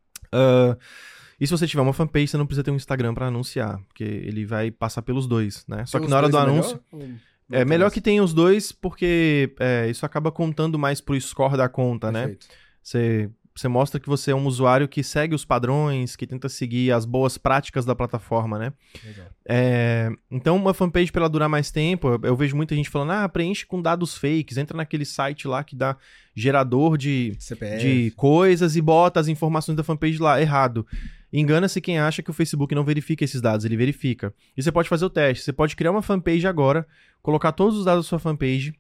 Uh, e se você tiver uma fanpage, você não precisa ter um Instagram para anunciar, porque ele vai passar pelos dois, né? Só Tem que os na hora dois do é anúncio... melhor? Ou não É melhor interessa? que tenha os dois, porque é, isso acaba contando mais pro score da conta, né? Perfeito. Você, você mostra que você é um usuário que segue os padrões, que tenta seguir as boas práticas da plataforma, né? Legal. É, então, uma fanpage para ela durar mais tempo, eu, eu vejo muita gente falando, ah, preenche com dados fakes, entra naquele site lá que dá gerador de, C P F. de coisas e bota as informações da fanpage lá. Errado. Engana-se quem acha que o Facebook não verifica esses dados, ele verifica. E você pode fazer o teste, você pode criar uma fanpage agora, colocar todos os dados da sua fanpage,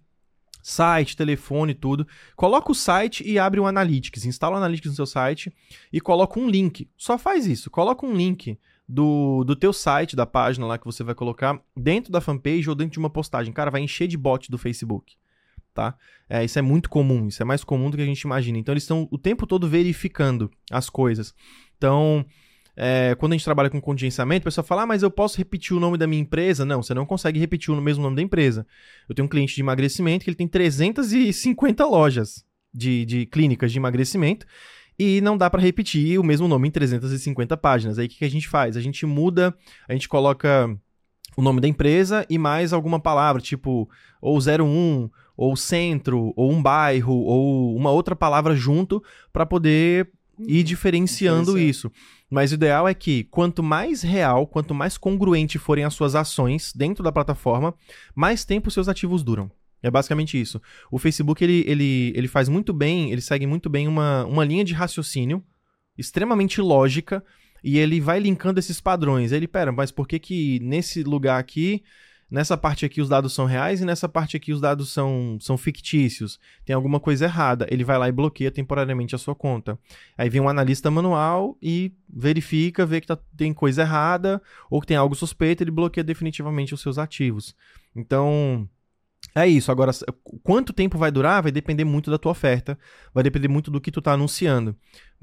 site, telefone, tudo. Coloca o site e abre o Analytics, instala o Analytics no seu site e coloca um link. Só faz isso, coloca um link do, do teu site, da página lá que você vai colocar dentro da fanpage ou dentro de uma postagem. Cara, vai encher de bot do Facebook. Tá? É, isso é muito comum, isso é mais comum do que a gente imagina. Então eles estão o tempo todo verificando as coisas. Então, é, quando a gente trabalha com contingenciamento, o pessoal fala, ah, mas eu posso repetir o nome da minha empresa? Não, você não consegue repetir o mesmo nome da empresa. Eu tenho um cliente de emagrecimento que ele tem trezentas e cinquenta lojas de, de clínicas de emagrecimento e não dá para repetir o mesmo nome em trezentas e cinquenta páginas. Aí o que, que a gente faz? A gente muda, a gente coloca o nome da empresa e mais alguma palavra, tipo ou zero um, ou centro, ou um bairro, ou uma outra palavra junto para poder ir diferenciando Diferenciar. isso. Mas o ideal é que quanto mais real, quanto mais congruente forem as suas ações dentro da plataforma, mais tempo os seus ativos duram. É basicamente isso. O Facebook, ele, ele, ele faz muito bem, ele segue muito bem uma, uma linha de raciocínio extremamente lógica e ele vai linkando esses padrões. Ele, pera, mas por que que nesse lugar aqui, nessa parte aqui os dados são reais e nessa parte aqui os dados são, são fictícios? Tem alguma coisa errada. Ele vai lá e bloqueia temporariamente a sua conta. Aí vem um analista manual e verifica, vê que tá, tem coisa errada ou que tem algo suspeito, ele bloqueia definitivamente os seus ativos. Então, é isso. Agora, quanto tempo vai durar vai depender muito da tua oferta, vai depender muito do que tu tá anunciando.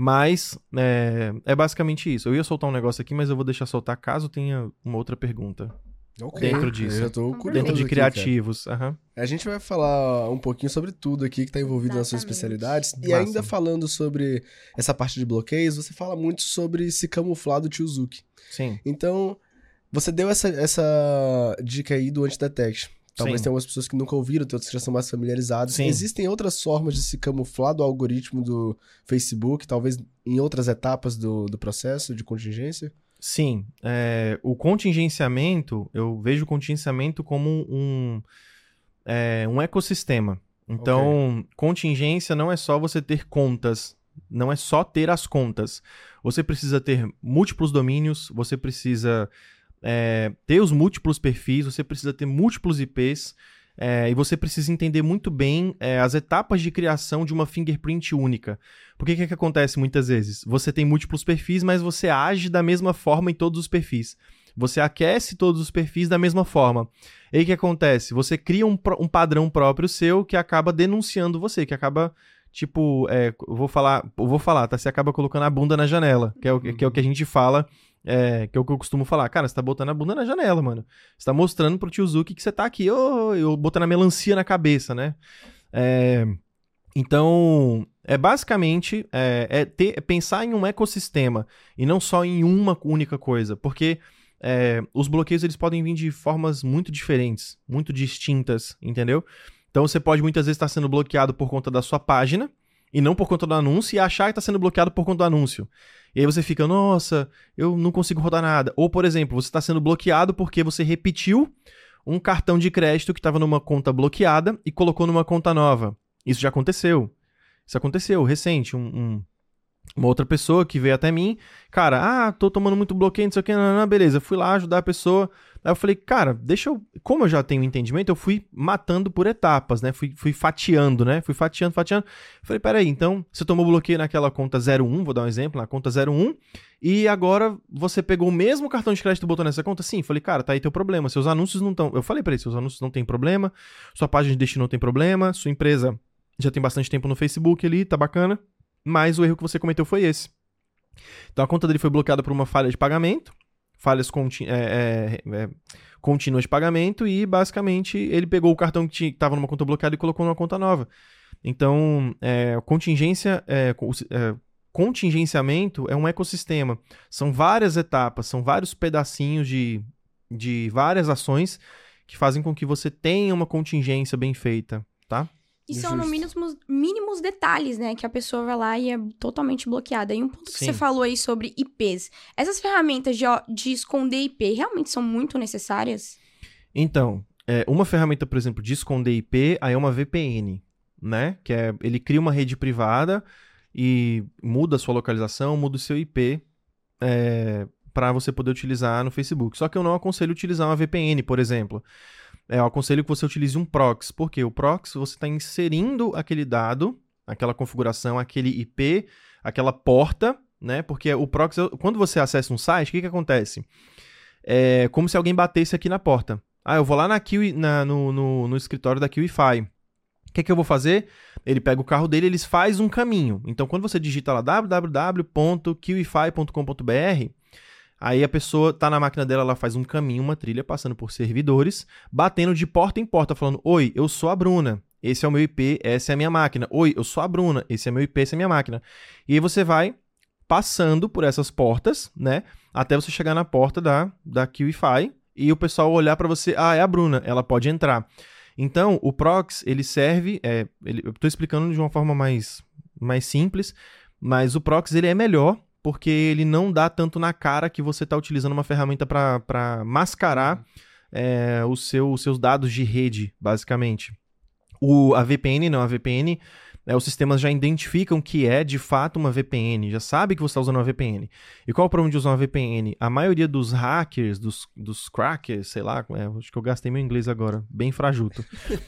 Mas é, é basicamente isso. Eu ia soltar um negócio aqui, mas eu vou deixar soltar caso tenha uma outra pergunta. Ok. Dentro disso. Eu já tô curioso Dentro de aqui, cara. criativos. Aham. A gente vai falar um pouquinho sobre tudo aqui que está envolvido nas suas Exatamente. especialidades. E Massa. ainda falando sobre essa parte de bloqueios, você fala muito sobre se camuflar do Tiozuki. Sim. Então, você deu essa, essa dica aí do anti-detect. Talvez Sim. tenha algumas pessoas que nunca ouviram, tem outras que já são mais familiarizadas. Sim. Existem outras formas de se camuflar do algoritmo do Facebook, talvez em outras etapas do, do processo de contingência? Sim, é, o contingenciamento, eu vejo o contingenciamento como um, é, um ecossistema. Então, okay. Contingência não é só você ter contas, não é só ter as contas. Você precisa ter múltiplos domínios, você precisa é, ter os múltiplos perfis, você precisa ter múltiplos I Ps, é, e você precisa entender muito bem é, as etapas de criação de uma fingerprint única. Porque o que, que acontece muitas vezes? Você tem múltiplos perfis, mas você age da mesma forma em todos os perfis. Você aquece todos os perfis da mesma forma. E aí o que acontece? Você cria um, um padrão próprio seu que acaba denunciando você, que acaba, tipo, é, eu vou falar, eu vou falar, tá? Você acaba colocando a bunda na janela, que é o, que, é o que a gente fala, é, que é o que eu costumo falar. Cara, você tá botando a bunda na janela, mano. Você tá mostrando pro tio Zuki que você tá aqui, ô, eu botando a melancia na cabeça, né? É, então, é basicamente é, é ter, é pensar em um ecossistema e não só em uma única coisa, porque... É, os bloqueios eles podem vir de formas muito diferentes, muito distintas, entendeu? Então você pode muitas vezes estar sendo bloqueado por conta da sua página e não por conta do anúncio e achar que está sendo bloqueado por conta do anúncio. E aí você fica, nossa, eu não consigo rodar nada. Ou, por exemplo, você está sendo bloqueado porque você repetiu um cartão de crédito que estava numa conta bloqueada e colocou numa conta nova. Isso já aconteceu. Isso aconteceu, recente, um... um uma outra pessoa que veio até mim, cara, ah, tô tomando muito bloqueio, não sei o que, não, não, beleza, fui lá ajudar a pessoa, aí eu falei, cara, deixa eu, como eu já tenho entendimento, eu fui matando por etapas, né, fui, fui fatiando, né, fui fatiando, fatiando, falei, peraí, então, você tomou bloqueio naquela conta zero um, vou dar um exemplo, na conta zero um, e agora você pegou o mesmo cartão de crédito e botou nessa conta? Sim, falei, cara, tá aí teu problema, seus anúncios não estão, eu falei pra ele, seus anúncios não tem problema, sua página de destino não tem problema, sua empresa já tem bastante tempo no Facebook ali, tá bacana, mas o erro que você cometeu foi esse. Então a conta dele foi bloqueada por uma falha de pagamento, falhas conti- é, é, é, contínuas de pagamento, e basicamente ele pegou o cartão que estava numa conta bloqueada e colocou numa conta nova. Então, é, contingência, é, é, contingenciamento é um ecossistema. São várias etapas, são vários pedacinhos de, de várias ações que fazem com que você tenha uma contingência bem feita, tá? E são no mínimos, mínimos detalhes, né? Que a pessoa vai lá e é totalmente bloqueada. E um ponto que Sim. você falou aí sobre I Ps. Essas ferramentas de, de esconder I P realmente são muito necessárias? Então, é, uma ferramenta, por exemplo, de esconder I P, aí é uma V P N, né? Que é, ele cria uma rede privada e muda a sua localização, muda o seu I P é, para você poder utilizar no Facebook. Só que eu não aconselho utilizar uma V P N, por exemplo. É, eu aconselho que você utilize um proxy, porque o proxy você está inserindo aquele dado, aquela configuração, aquele I P, aquela porta, né? Porque o proxy, quando você acessa um site, o que, que acontece? É como se alguém batesse aqui na porta. Ah, eu vou lá na Kiwi, na, no, no, no escritório da QIFI. O que, que eu vou fazer? Ele pega o carro dele, ele faz um caminho. Então, quando você digita lá w w w ponto kiwify ponto com ponto b r, aí a pessoa tá na máquina dela, ela faz um caminho, uma trilha, passando por servidores, batendo de porta em porta, falando, oi, eu sou a Bruna, esse é o meu I P, essa é a minha máquina. Oi, eu sou a Bruna, esse é meu I P, essa é a minha máquina. E aí você vai passando por essas portas, né, até você chegar na porta da, da QIFI e o pessoal olhar para você, ah, é a Bruna, ela pode entrar. Então, o proxy, ele serve, é, ele, eu tô explicando de uma forma mais, mais simples, mas o proxy, ele é melhor, porque ele não dá tanto na cara que você está utilizando uma ferramenta para mascarar é, o seu, os seus dados de rede, basicamente. O, a V P N não, a V P N, é, os sistemas já identificam que é de fato uma V P N, já sabe que você está usando uma V P N. E qual é o problema de usar uma V P N? A maioria dos hackers, dos, dos crackers, sei lá, é, acho que eu gastei meu inglês agora, bem frajuto.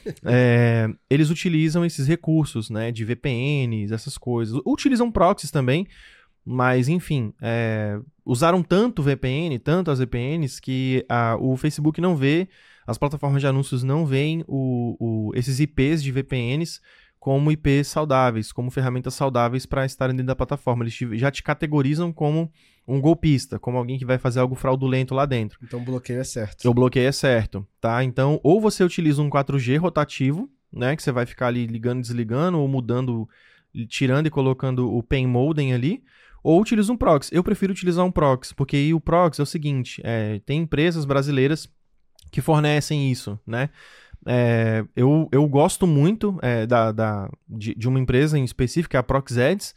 é, eles utilizam esses recursos, né, de V P Ns, essas coisas. Utilizam proxies também, mas, enfim, é, usaram tanto V P N, tanto as V P Ns, que a, o Facebook não vê, as plataformas de anúncios não veem o, o, esses I Ps de V P Ns como I Ps saudáveis, como ferramentas saudáveis para estarem dentro da plataforma. Eles te, já te categorizam como um golpista, como alguém que vai fazer algo fraudulento lá dentro. Então o bloqueio é certo. O bloqueio é certo, tá? Então, ou você utiliza um quatro G rotativo, né, que você vai ficar ali ligando e desligando, ou mudando, tirando e colocando o pen modem ali, ou utiliza um proxy. Eu prefiro utilizar um proxy, porque aí o proxy é o seguinte, é, tem empresas brasileiras que fornecem isso, né? É, eu, eu gosto muito é, da, da, de, de uma empresa em específico, a ProxEds.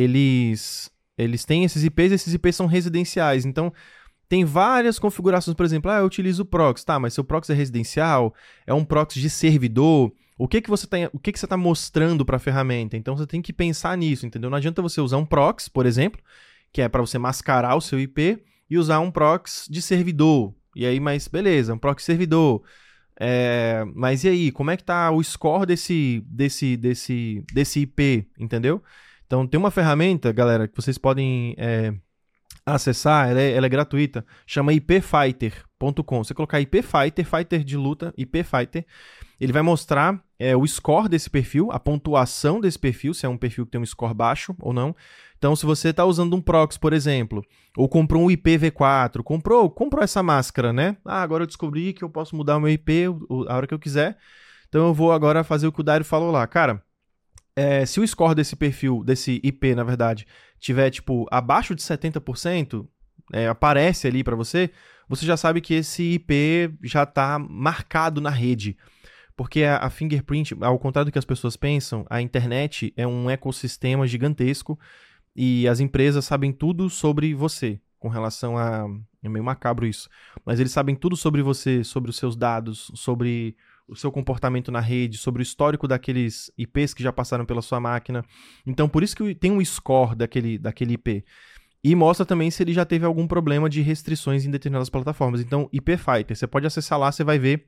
Eles, eles têm esses I Ps, esses I Ps são residenciais, então tem várias configurações. Por exemplo, ah, eu utilizo o proxy, tá, mas seu proxy é residencial, é um proxy de servidor, O que que você tá, o que que você tá mostrando para a ferramenta? Então você tem que pensar nisso, entendeu? Não adianta você usar um proxy, por exemplo, que é para você mascarar o seu I P, e usar um proxy de servidor. E aí, mas beleza, um proxy servidor. É, mas e aí, como é que tá o score desse, desse, desse, desse I P, entendeu? Então tem uma ferramenta, galera, que vocês podem é, acessar, ela é, ela é gratuita, chama I P fighter ponto com. Você colocar I P Fighter, Fighter de luta, I P Fighter, ele vai mostrar é, o score desse perfil, a pontuação desse perfil, se é um perfil que tem um score baixo ou não. Então, se você está usando um proxy, por exemplo, ou comprou um I P v quatro, comprou, comprou essa máscara, né? Ah, agora eu descobri que eu posso mudar o meu I P a hora que eu quiser. Então, eu vou agora fazer o que o Dario falou lá. Cara, é, se o score desse perfil, desse I P, na verdade, tiver, tipo, abaixo de setenta por cento, é, aparece ali para você, você já sabe que esse I P já está marcado na rede. Porque a, a Fingerprint, ao contrário do que as pessoas pensam, a internet é um ecossistema gigantesco e as empresas sabem tudo sobre você, com relação a... É meio macabro isso. Mas eles sabem tudo sobre você, sobre os seus dados, sobre o seu comportamento na rede, sobre o histórico daqueles I Ps que já passaram pela sua máquina. Então, por isso que tem um score daquele, daquele I P. E mostra também se ele já teve algum problema de restrições em determinadas plataformas. Então, I P Fighter, você pode acessar lá, você vai ver.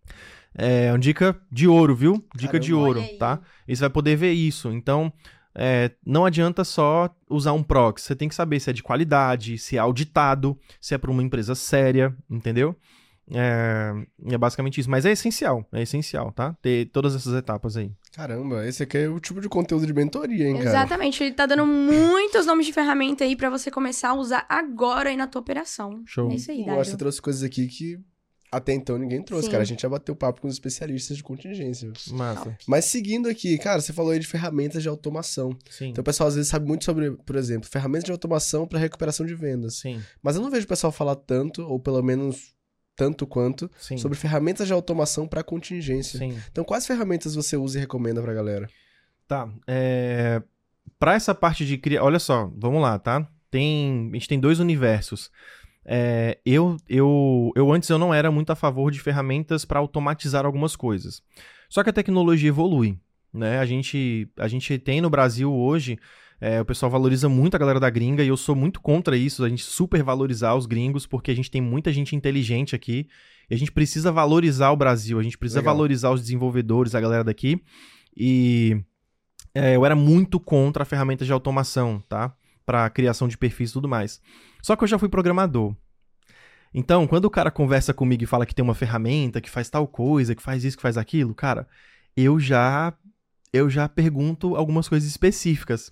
É uma dica de ouro, viu? Dica Caramba, de ouro, tá? E você vai poder ver isso. Então, é, não adianta só usar um proxy. Você tem que saber se é de qualidade, se é auditado, se é para uma empresa séria, entendeu? É, é basicamente isso. Mas é essencial, é essencial, tá? Ter todas essas etapas aí. Caramba, esse aqui é o tipo de conteúdo de mentoria, hein, cara? Exatamente, ele tá dando muitos nomes de ferramenta aí pra você começar a usar agora aí na tua operação. Show. É isso aí, Eu Dário. acho que você trouxe coisas aqui que até então ninguém trouxe, Sim. cara. A gente já bateu papo com os especialistas de contingência. Massa. Mas seguindo aqui, cara, você falou aí de ferramentas de automação. Sim. Então o pessoal às vezes sabe muito sobre, por exemplo, ferramentas de automação para recuperação de vendas. Sim. Mas eu não vejo o pessoal falar tanto, ou pelo menos tanto quanto, Sim. sobre ferramentas de automação para contingência. Sim. Então quais ferramentas você usa e recomenda pra galera? Tá. É... Para essa parte de criar. Olha só, vamos lá, tá? Tem... A gente tem dois universos. É... Eu, eu, eu antes eu não era muito a favor de ferramentas para automatizar algumas coisas. Só que a tecnologia evolui, né? A gente, a gente tem no Brasil hoje. É, o pessoal valoriza muito a galera da gringa e eu sou muito contra isso, a gente super valorizar os gringos, porque a gente tem muita gente inteligente aqui e a gente precisa valorizar o Brasil, a gente precisa Legal. valorizar os desenvolvedores, a galera daqui. E é, eu era muito contra a ferramenta de automação, tá? Para criação de perfis e tudo mais. Só que eu já fui programador. Então, quando o cara conversa comigo e fala que tem uma ferramenta que faz tal coisa, que faz isso, que faz aquilo, cara, eu já, eu já pergunto algumas coisas específicas.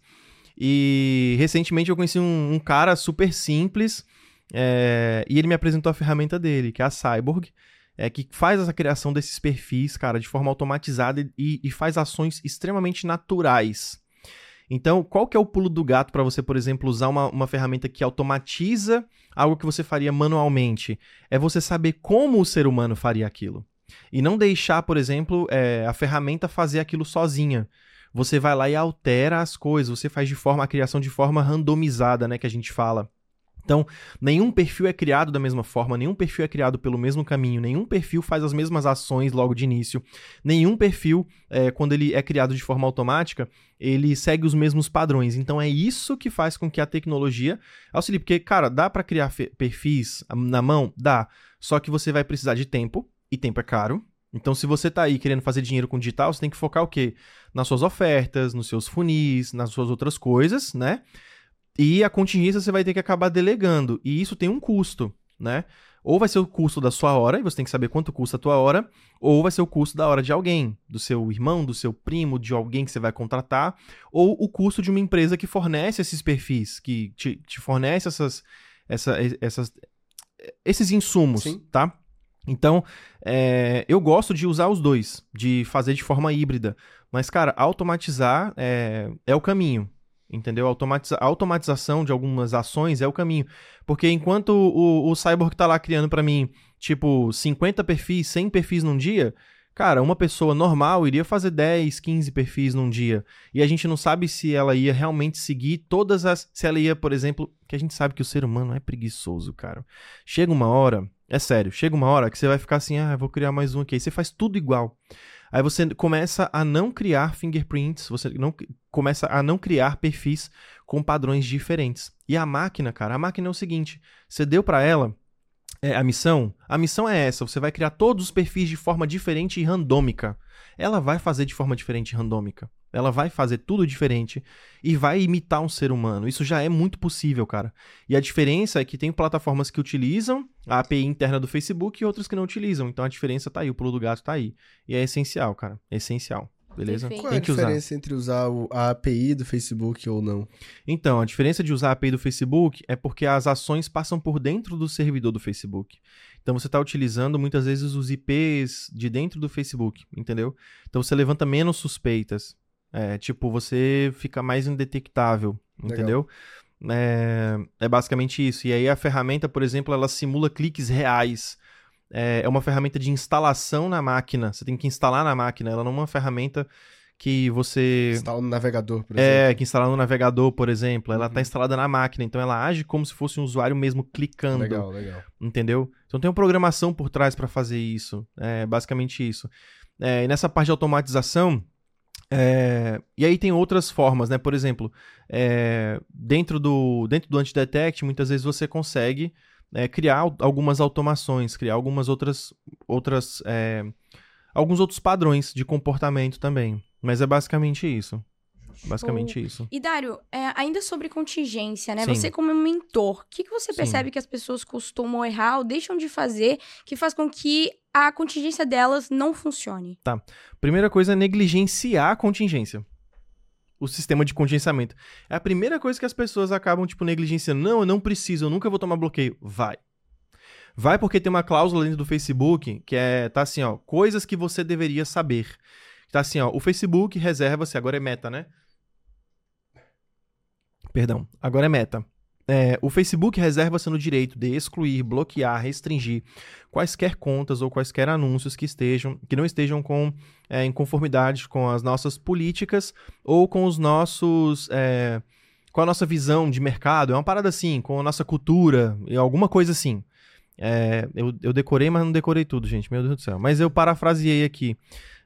E recentemente eu conheci um, um cara super simples é, e ele me apresentou a ferramenta dele, que é a Cyborg, é, que faz essa criação desses perfis, cara, de forma automatizada e, e faz ações extremamente naturais. Então, qual que é o pulo do gato para você, por exemplo, usar uma, uma ferramenta que automatiza algo que você faria manualmente? É você saber como o ser humano faria aquilo. E não deixar, por exemplo, é, a ferramenta fazer aquilo sozinha. Você vai lá e altera as coisas, você faz de forma, a criação de forma randomizada, né, que a gente fala. Então, nenhum perfil é criado da mesma forma, nenhum perfil é criado pelo mesmo caminho, nenhum perfil faz as mesmas ações logo de início, nenhum perfil, é, quando ele é criado de forma automática, ele segue os mesmos padrões. Então, é isso que faz com que a tecnologia auxilie, porque, cara, dá para criar perfis na mão? Dá, só que você vai precisar de tempo, e tempo é caro. Então, se você tá aí querendo fazer dinheiro com digital, você tem que focar o quê? Nas suas ofertas, nos seus funis, nas suas outras coisas, né? E a contingência você vai ter que acabar delegando. E isso tem um custo, né? Ou vai ser o custo da sua hora, e você tem que saber quanto custa a tua hora, ou vai ser o custo da hora de alguém, do seu irmão, do seu primo, de alguém que você vai contratar, ou o custo de uma empresa que fornece esses perfis, que te, te fornece essas, essa, essas, esses insumos, Sim. tá? Então, é, eu gosto de usar os dois, de fazer de forma híbrida. Mas, cara, automatizar é, é o caminho, entendeu? Automatiza- a automatização de algumas ações é o caminho. Porque enquanto o, o Cyborg tá lá criando pra mim, tipo, cinquenta perfis, cem perfis num dia, cara, uma pessoa normal iria fazer dez, quinze perfis num dia. E a gente não sabe se ela ia realmente seguir todas as... Se ela ia, por exemplo... Que a gente sabe que o ser humano é preguiçoso, cara. Chega uma hora... É sério, chega uma hora que você vai ficar assim, ah, vou criar mais um aqui. Aí você faz tudo igual. Aí você começa a não criar fingerprints, você não, começa a não criar perfis com padrões diferentes. E a máquina, cara, a máquina é o seguinte, você deu pra ela é, a missão, a missão é essa, você vai criar todos os perfis de forma diferente e randômica. Ela vai fazer de forma diferente e randômica. Ela vai fazer tudo diferente e vai imitar um ser humano. Isso já é muito possível, cara. E a diferença é que tem plataformas que utilizam a A P I interna do Facebook e outras que não utilizam. Então a diferença tá aí, o pulo do gato tá aí. E é essencial, cara. É essencial. Beleza? Perfeito. Qual é a Tem que diferença usar. entre usar o- a A P I do Facebook ou não? Então, a diferença de usar a A P I do Facebook é porque as ações passam por dentro do servidor do Facebook. Então você está utilizando muitas vezes os I Ps de dentro do Facebook, entendeu? Então você levanta menos suspeitas. É, tipo, você fica mais indetectável, entendeu? É, é basicamente isso. E aí a ferramenta, por exemplo, ela simula cliques reais. É, é uma ferramenta de instalação na máquina. Você tem que instalar na máquina. Ela não é uma ferramenta que você... Instala no navegador, por É, exemplo. que instalar no navegador, por exemplo. Ela está Uhum. instalada na máquina. Então ela age como se fosse um usuário mesmo clicando. Legal, legal. Entendeu? Então tem uma programação por trás para fazer isso. É basicamente isso. É, e nessa parte de automatização... É, e aí tem outras formas, né? Por exemplo, é, dentro do, dentro do Antidetect, muitas vezes você consegue é, criar al- algumas automações, criar algumas outras, outras é, alguns outros padrões de comportamento também. Mas é basicamente isso. Basicamente isso. E, Dário, é, ainda sobre contingência, né? Sim. Você como mentor, o que, que você Sim. percebe que as pessoas costumam errar ou deixam de fazer que faz com que a contingência delas não funcione? Primeira coisa é negligenciar a contingência. O sistema de contingenciamento. É a primeira coisa que as pessoas acabam, tipo, negligenciando. Não, eu não preciso, eu nunca vou tomar bloqueio. Vai. Vai porque tem uma cláusula dentro do Facebook que é, tá assim, ó, coisas que você deveria saber. Tá assim, ó, o Facebook reserva-se, agora é meta, né? Perdão, agora é meta. É, o Facebook reserva-se no direito de excluir, bloquear, restringir quaisquer contas ou quaisquer anúncios que estejam, que não estejam com, é, em conformidade com as nossas políticas ou com os nossos, é, com a nossa visão de mercado. É uma parada assim, com a nossa cultura, e alguma coisa assim. É, eu, eu decorei, mas não decorei tudo, gente. Meu Deus do céu. Mas eu parafraseei aqui.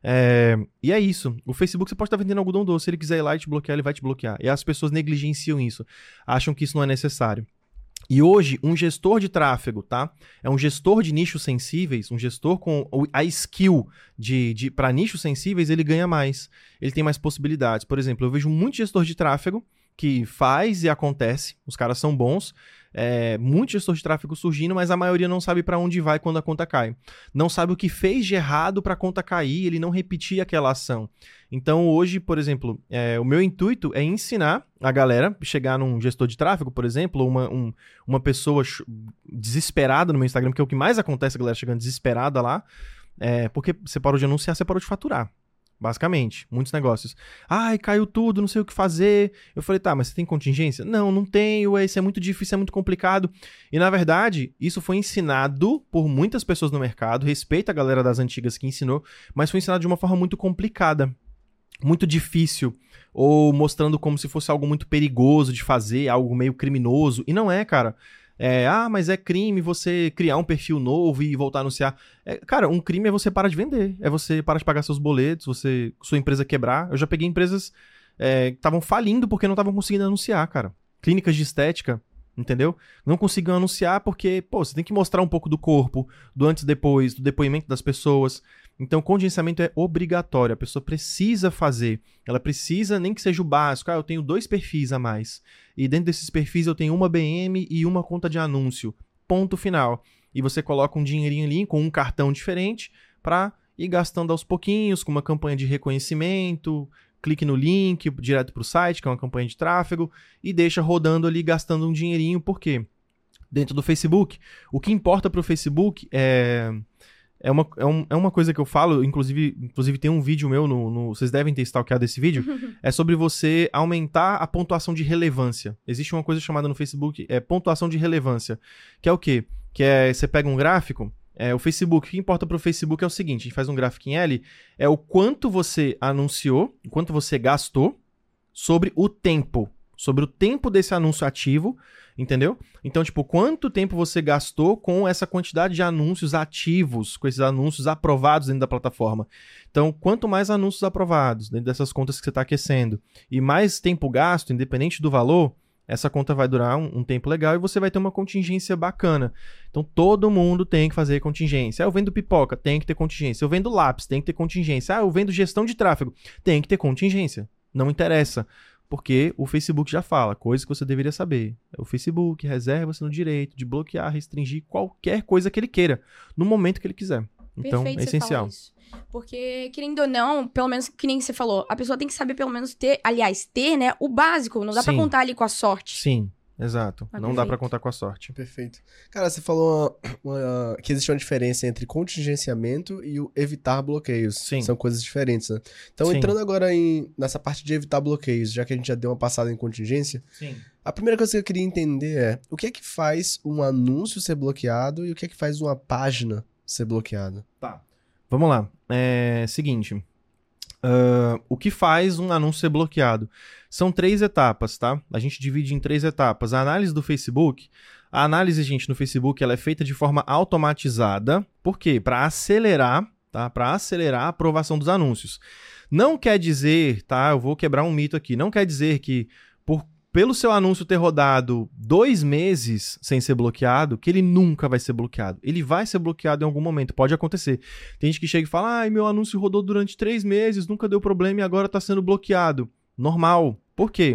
É, e é isso. O Facebook você pode estar vendendo algodão doce. Se ele quiser ir lá e te bloquear, ele vai te bloquear. E as pessoas negligenciam isso. Acham que isso não é necessário. E hoje, um gestor de tráfego, tá? É um gestor de nichos sensíveis, um gestor com a skill de, de, para nichos sensíveis, ele ganha mais. Ele tem mais possibilidades. Por exemplo, eu vejo muito gestor de tráfego que faz e acontece. Os caras são bons. É, muito gestor de tráfego surgindo, mas a maioria não sabe para onde vai quando a conta cai. Não sabe o que fez de errado para a conta cair, ele não repetir aquela ação. Então hoje, por exemplo, é, o meu intuito é ensinar a galera, chegar num gestor de tráfego, por exemplo, uma, um, uma pessoa desesperada no meu Instagram, que é o que mais acontece, a galera chegando desesperada lá, é, porque você parou de anunciar, você parou de faturar. Basicamente, muitos negócios. Ai, caiu tudo, não sei o que fazer. Eu falei, tá, mas você tem contingência? Não, não tenho, isso é muito difícil, é muito complicado. E na verdade, isso foi ensinado por muitas pessoas no mercado, respeita a galera das antigas que ensinou, mas foi ensinado de uma forma muito complicada, muito difícil, ou mostrando como se fosse algo muito perigoso de fazer, algo meio criminoso. E não é, cara. É, ah, mas é crime você criar um perfil novo e voltar a anunciar. É, cara, um crime é você parar de vender, é você parar de pagar seus boletos, você, sua empresa quebrar. Eu já peguei empresas é, que estavam falindo porque não estavam conseguindo anunciar, cara. Clínicas de estética, entendeu? Não conseguiam anunciar porque, pô, você tem que mostrar um pouco do corpo, do antes e depois, do depoimento das pessoas. Então, contingenciamento é obrigatório, a pessoa precisa fazer, ela precisa, nem que seja o básico, ah, eu tenho dois perfis a mais, e dentro desses perfis eu tenho uma B M e uma conta de anúncio, ponto final. E você coloca um dinheirinho ali com um cartão diferente para ir gastando aos pouquinhos, com uma campanha de reconhecimento, clique no link direto para o site, que é uma campanha de tráfego, e deixa rodando ali, gastando um dinheirinho, por quê? Dentro do Facebook, o que importa para o Facebook é... É uma, é, um, é uma coisa que eu falo, inclusive, inclusive tem um vídeo meu, no, no, vocês devem ter stalkeado esse vídeo, é sobre você aumentar a pontuação de relevância. Existe uma coisa chamada no Facebook, é pontuação de relevância, que é o quê? Que é, você pega um gráfico, é, o Facebook, o que importa para o Facebook é o seguinte, a gente faz um gráfico em L, é o quanto você anunciou, o quanto você gastou sobre o tempo, sobre o tempo desse anúncio ativo, entendeu? Então, tipo, quanto tempo você gastou com essa quantidade de anúncios ativos, com esses anúncios aprovados dentro da plataforma. Então, quanto mais anúncios aprovados dentro dessas contas que você está aquecendo e mais tempo gasto, independente do valor, essa conta vai durar um, um tempo legal e você vai ter uma contingência bacana. Então, todo mundo tem que fazer contingência. Ah, eu vendo pipoca, tem que ter contingência. Eu vendo lápis, tem que ter contingência. Ah, eu vendo gestão de tráfego, tem que ter contingência. Não interessa. Porque o Facebook já fala, coisa que você deveria saber. O Facebook reserva-se no direito de bloquear, restringir qualquer coisa que ele queira, no momento que ele quiser. Então, Perfeito é você essencial. falar isso. Porque, querendo ou não, pelo menos que nem você falou, a pessoa tem que saber pelo menos ter, aliás, ter, né, o básico. Não dá pra Sim. contar ali com a sorte. Sim, exato. Ah, Não dá pra perfeito. contar com a sorte. Perfeito. Cara, você falou uma- uma- que existe uma diferença entre contingenciamento e o evitar bloqueios. Sim. São coisas diferentes, né? Então, Sim. entrando agora em, nessa parte de evitar bloqueios, já que a gente já deu uma passada em contingência, Sim. a primeira coisa que eu queria entender é o que é que faz um anúncio ser bloqueado e o que é que faz uma página ser bloqueada. Tá. Vamos lá. É seguinte. ah, o que faz um anúncio ser bloqueado? São três etapas, tá? A gente divide em três etapas. A análise do Facebook. A análise, gente, no Facebook, ela é feita de forma automatizada. Por quê? Para acelerar, tá? Para acelerar a aprovação dos anúncios. Não quer dizer, tá? Eu vou quebrar um mito aqui. Não quer dizer que por pelo seu anúncio ter rodado dois meses sem ser bloqueado, que ele nunca vai ser bloqueado. Ele vai ser bloqueado em algum momento, pode acontecer. Tem gente que chega e fala, ai, meu anúncio rodou durante três meses, nunca deu problema e agora está sendo bloqueado. Normal. Por quê?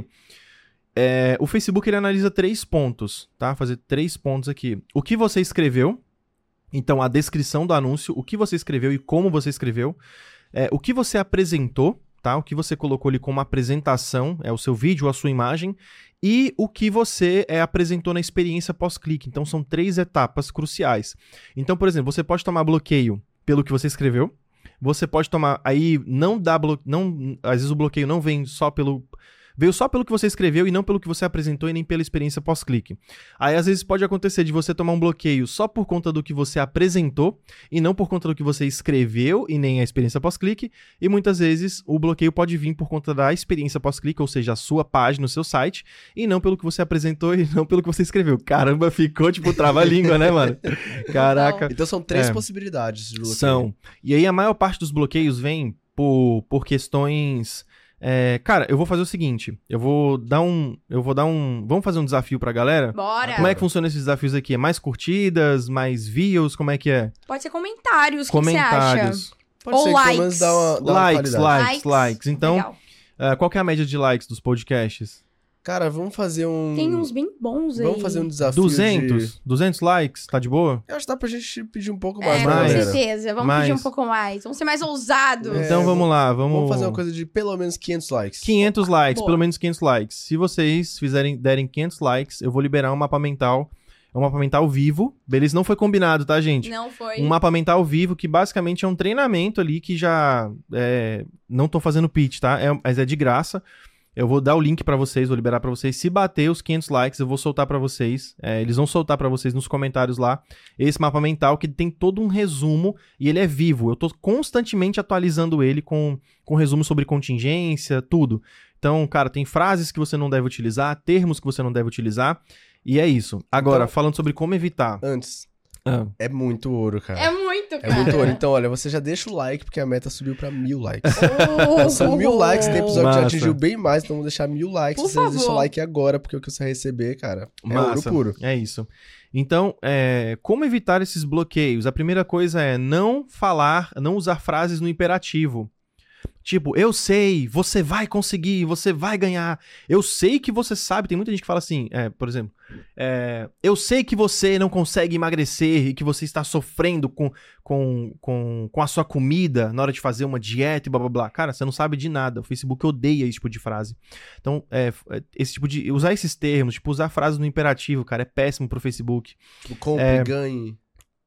É, o Facebook ele analisa três pontos, tá? Vou fazer três pontos aqui. O que você escreveu, então a descrição do anúncio, o que você escreveu e como você escreveu, é, o que você apresentou, tá? O que você colocou ali como apresentação, é o seu vídeo ou a sua imagem, e o que você é, apresentou na experiência pós-clique. Então, são três etapas cruciais. Então, por exemplo, você pode tomar bloqueio pelo que você escreveu, você pode tomar, aí não dá bloqueio, não, às vezes o bloqueio não vem só pelo... Veio só pelo que você escreveu e não pelo que você apresentou e nem pela experiência pós-clique. Aí, às vezes, pode acontecer de você tomar um bloqueio só por conta do que você apresentou e não por conta do que você escreveu e nem a experiência pós-clique. E muitas vezes o bloqueio pode vir por conta da experiência pós-clique, ou seja, a sua página, o seu site, e não pelo que você apresentou e não pelo que você escreveu. Caramba, ficou tipo trava-língua, né, mano? Caraca. Então, são três É. possibilidades de bloqueio. São. E aí a maior parte dos bloqueios vem por, por questões... é, cara, eu vou fazer o seguinte, eu vou dar um... Eu vou dar um... Vamos fazer um desafio pra galera? Bora! Como é que funciona esses desafios aqui? É mais curtidas, mais views? Como é que é? Pode ser comentários, o que que você acha? Comentários. Pode Ou ser que pelo likes. menos dá uma, dá uma Likes, qualidade. likes, likes. Então, Legal. ah, qual que é a média de likes dos podcasts? Cara, vamos fazer um... Tem uns bem bons aí. Vamos fazer um desafio duzentos? de... duzentos likes? Tá de boa? Eu acho que dá pra gente pedir um pouco mais É, pra com mais. galera. certeza. Vamos Mais. pedir um pouco mais. Vamos ser mais ousados. É, então vamos vamos- lá, vamos... Vamos fazer uma coisa de pelo menos quinhentos likes. quinhentos likes, Boa. pelo menos quinhentos likes. Se vocês fizerem, derem quinhentos likes, eu vou liberar um mapa mental. É um mapa mental vivo. Beleza? Não foi combinado, tá, gente? Não foi. Um mapa mental vivo que basicamente é um treinamento ali que já... é, não tô fazendo pitch, tá? É- mas é de graça. Eu vou dar o link pra vocês, vou liberar pra vocês. Se bater os quinhentos likes, eu vou soltar pra vocês. É, eles vão soltar pra vocês nos comentários lá esse mapa mental que tem todo um resumo e ele é vivo. Eu tô constantemente atualizando ele com, com resumo sobre contingência, tudo. Então, cara, tem frases que você não deve utilizar, termos que você não deve utilizar. E é isso. Agora, Então- falando sobre como evitar. Antes, Ah, é muito ouro, cara. É muito, É cara. muito ouro. Então, olha, você já deixa o like, porque a meta subiu pra mil likes. Oh, São mil likes, tem episódio que já Massa. atingiu bem mais, então vamos deixar mil likes. Por Você deixa o favor. like agora, porque o que você receber, cara, é Massa. ouro puro. É isso. Então, é, como evitar esses bloqueios? A primeira coisa é não falar, não usar frases no imperativo. Tipo, eu sei, você vai conseguir, você vai ganhar. Eu sei que você sabe. Tem muita gente que fala assim, é, por exemplo, é, eu sei que você não consegue emagrecer e que você está sofrendo com, com, com, com a sua comida na hora de fazer uma dieta e blá blá blá. Cara, você não sabe de nada. O Facebook odeia esse tipo de frase. Então, é, esse tipo de. Usar esses termos, tipo, usar frases no imperativo, cara, é péssimo pro Facebook. Tipo, compre, É, ganhe.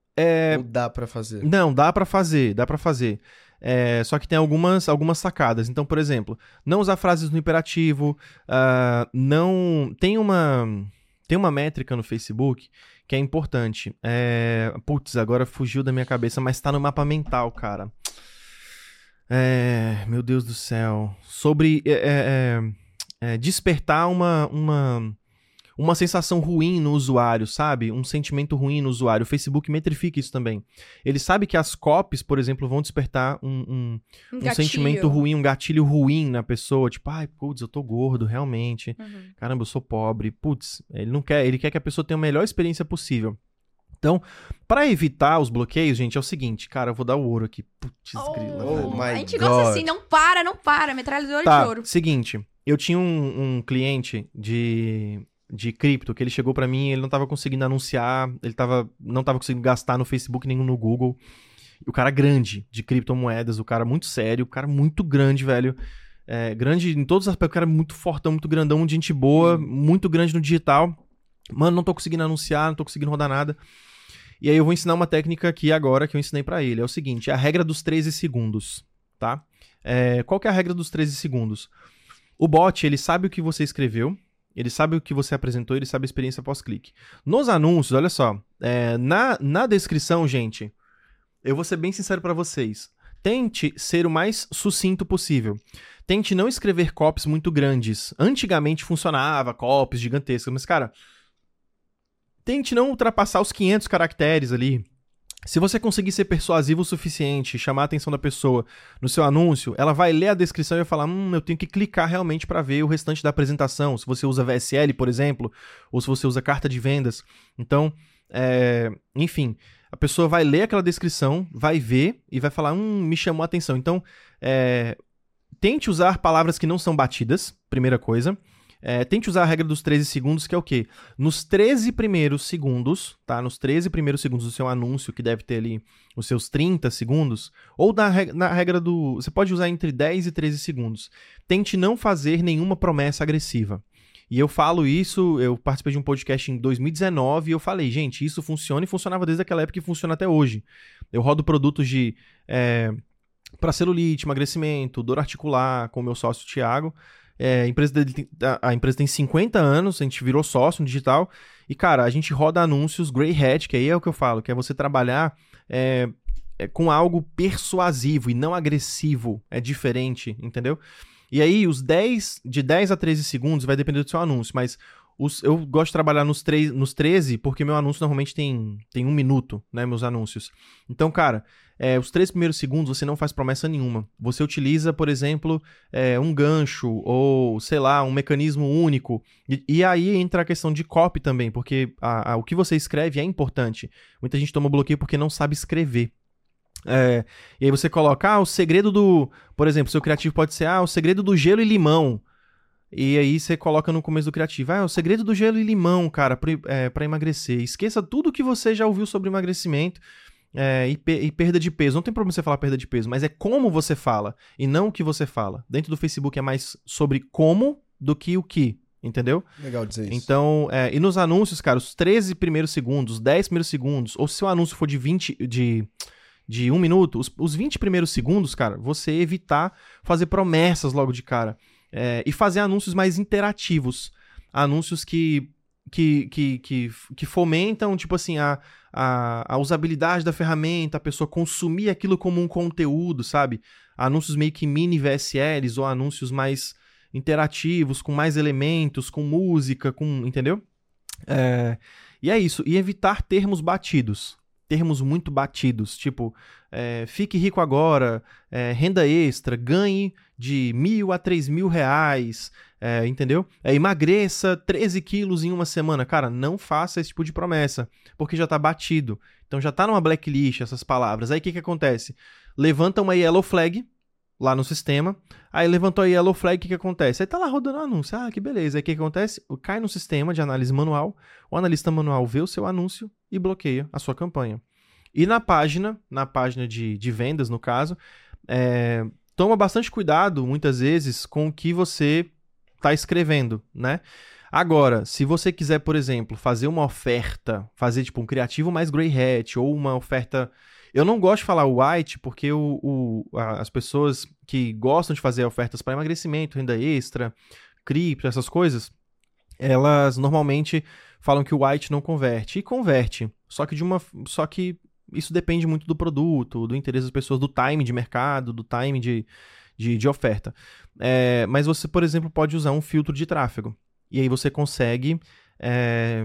É. Ou dá pra fazer. Não, dá pra fazer, dá pra fazer. É, só que tem algumas, algumas sacadas. Então, por exemplo, não usar frases no imperativo, ah, não... Tem uma, tem uma métrica no Facebook que é importante. É, putz, agora fugiu da minha cabeça, mas tá no mapa mental, cara. É, meu Deus do céu. Sobre... é, é, é, despertar uma, uma, uma sensação ruim no usuário, sabe? Um sentimento ruim no usuário. O Facebook metrifica isso também. Ele sabe que as copies, por exemplo, vão despertar um, um, Um um gatilho. sentimento ruim, um gatilho ruim na pessoa. Tipo, ai, putz, eu tô gordo, realmente. Uhum. Caramba, eu sou pobre. Putz, ele não quer, ele quer que a pessoa tenha a melhor experiência possível. Então, para evitar os bloqueios, gente, é o seguinte, cara, eu vou dar o ouro aqui. Putz, grila, Oh, velho. my a gente God. gosta assim, não para, não para. Metralhadora Tá, de ouro. seguinte, eu tinha um, um cliente de, de cripto que ele chegou pra mim e ele não tava conseguindo anunciar, ele tava, não tava conseguindo gastar no Facebook nem no Google. E o cara grande de criptomoedas, o cara muito sério, o cara muito grande, velho. É, grande em todos os aspectos, o cara muito fortão, muito grandão, de gente boa, muito grande no digital. Mano, não tô conseguindo anunciar, não tô conseguindo rodar nada. E aí eu vou ensinar uma técnica aqui agora que eu ensinei pra ele. É o seguinte, é a regra dos treze segundos, tá? É, qual que é a regra dos treze segundos? O bot, ele sabe o que você escreveu, ele sabe o que você apresentou, ele sabe a experiência pós-clique. Nos anúncios, olha só, é, na, na descrição, gente, eu vou ser bem sincero pra vocês. Tente ser o mais sucinto possível. Tente não escrever copies muito grandes. Antigamente funcionava, copies gigantescas, mas, cara... Tente não ultrapassar os quinhentos caracteres ali. Se você conseguir ser persuasivo o suficiente, chamar a atenção da pessoa no seu anúncio, ela vai ler a descrição e vai falar, hum, eu tenho que clicar realmente para ver o restante da apresentação. Se você usa V S L, por exemplo, ou se você usa carta de vendas. Então, é... enfim, a pessoa vai ler aquela descrição, vai ver e vai falar, hum, me chamou a atenção. Então, é... tente usar palavras que não são batidas, primeira coisa. É, tente usar a regra dos treze segundos, que é o quê? Nos treze primeiros segundos, tá? Nos treze primeiros segundos do seu anúncio, que deve ter ali os seus trinta segundos, ou na regra, na regra do... Você pode usar entre dez e treze segundos. Tente não fazer nenhuma promessa agressiva. E eu falo isso, eu participei de um podcast em dois mil e dezenove e eu falei, gente, isso funciona e funcionava desde aquela época e funciona até hoje. Eu rodo produtos de... É, para celulite, emagrecimento, dor articular, com o meu sócio Thiago. É, a, empresa dele tem, a, a empresa tem cinquenta anos, a gente virou sócio no digital e, cara, a gente roda anúncios Grey Hat, que aí é o que eu falo, que é você trabalhar é, é, com algo persuasivo e não agressivo, é diferente, entendeu? E aí, os dez, de dez a treze segundos vai depender do seu anúncio, mas os, eu gosto de trabalhar nos, três, nos treze porque meu anúncio normalmente tem, tem um minuto, né, meus anúncios. Então, cara... É, os três primeiros segundos você não faz promessa nenhuma. Você utiliza, por exemplo, é, um gancho ou, sei lá, um mecanismo único. E, e aí entra a questão de copy também, porque a, a, o que você escreve é importante. Muita gente toma bloqueio porque não sabe escrever. É, e aí você coloca, ah, o segredo do... Por exemplo, seu criativo pode ser, ah, o segredo do gelo e limão. E aí você coloca no começo do criativo, ah, o segredo do gelo e limão, cara, pra, é, pra emagrecer. Esqueça tudo que você já ouviu sobre emagrecimento. É, e, pe- e perda de peso. Não tem problema você falar perda de peso, mas é como você fala e não o que você fala. Dentro do Facebook é mais sobre como do que o que, entendeu? Legal dizer isso. Então, é, e nos anúncios, cara, os treze primeiros segundos, os dez primeiros segundos, ou se seu anúncio for de vinte, de, de um minuto, os, os vinte primeiros segundos, cara, você evitar fazer promessas logo de cara. É, e fazer anúncios mais interativos. Anúncios que... Que, que, que, que fomentam, tipo assim, a, a, a usabilidade da ferramenta, a pessoa consumir aquilo como um conteúdo, sabe? Anúncios meio que mini V S Ls ou anúncios mais interativos, com mais elementos, com música, com, entendeu? É, e é isso. E evitar termos batidos. Termos muito batidos, tipo, é, fique rico agora, é, renda extra, ganhe de mil a três mil reais, é, entendeu? É, emagreça treze quilos em uma semana. Cara, não faça esse tipo de promessa, porque já tá batido. Então já tá numa blacklist essas palavras. Aí o que que acontece? Levanta uma yellow flag lá no sistema, aí levantou a yellow flag, o que que acontece? Aí tá lá rodando o anúncio, ah, que beleza. Aí o que que acontece? Cai no sistema de análise manual, o analista manual vê o seu anúncio e bloqueia a sua campanha. E na página, na página de, de vendas, no caso, é, toma bastante cuidado, muitas vezes, com o que você está escrevendo, né? Agora, se você quiser, por exemplo, fazer uma oferta, fazer tipo um criativo mais grey hat, ou uma oferta... Eu não gosto de falar white, porque o, o, as pessoas que gostam de fazer ofertas para emagrecimento, renda extra, cripto, essas coisas, elas normalmente falam que o white não converte. E converte, só que de uma... Só que isso depende muito do produto, do interesse das pessoas, do time de mercado, do time de, de, de oferta. É, mas você, por exemplo, pode usar um filtro de tráfego. E aí você consegue... É...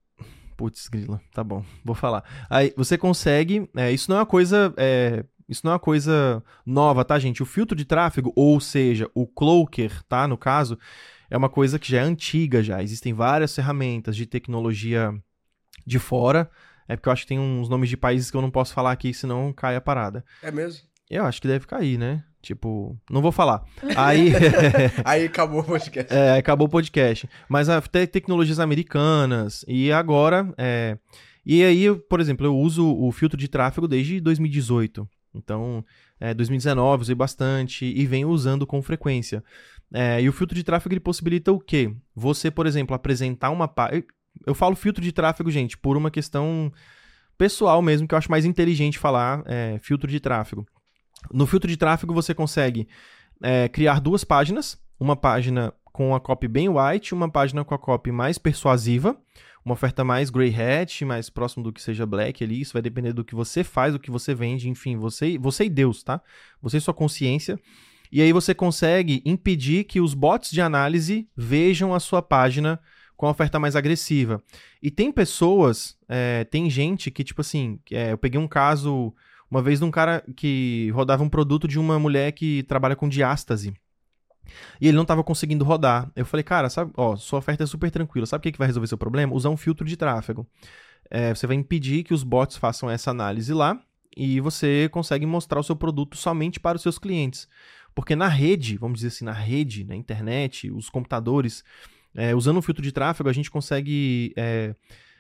Putz, grila, tá bom, vou falar. Aí você consegue... É, isso não é uma coisa... É... Isso não é uma coisa nova, tá, gente? O filtro de tráfego, ou seja, o cloaker, tá, no caso, é uma coisa que já é antiga já. Existem várias ferramentas de tecnologia de fora. É porque eu acho que tem uns nomes de países que eu não posso falar aqui, senão cai a parada. É mesmo? Eu acho que deve cair, né? Tipo, não vou falar. Aí... Aí acabou o podcast. É, acabou o podcast. Mas até tecnologias americanas. E agora... É... E aí, por exemplo, eu uso o filtro de tráfego desde dois mil e dezoito. Então, é, dois mil e dezenove usei bastante e venho usando com frequência. É, e o filtro de tráfego ele possibilita o quê? Você, por exemplo, apresentar uma página... Eu falo filtro de tráfego, gente, por uma questão pessoal mesmo, que eu acho mais inteligente falar é, filtro de tráfego. No filtro de tráfego você consegue é, criar duas páginas, uma página com a copy bem white, uma página com a copy mais persuasiva, uma oferta mais grey hat, mais próximo do que seja black ali, isso vai depender do que você faz, do que você vende, enfim, você, você e Deus, tá? Você e sua consciência. E aí você consegue impedir que os bots de análise vejam a sua página com a oferta mais agressiva. E tem pessoas, é, tem gente que, tipo assim, é, eu peguei um caso uma vez de um cara que rodava um produto de uma mulher que trabalha com diástase. E ele não estava conseguindo rodar. Eu falei, cara, sabe, ó, sua oferta é super tranquila. Sabe o que, que vai resolver seu problema? Usar um filtro de tráfego. É, você vai impedir que os bots façam essa análise lá e você consegue mostrar o seu produto somente para os seus clientes. Porque na rede, vamos dizer assim, na rede, na internet, os computadores, é, usando um filtro de tráfego, a gente consegue é,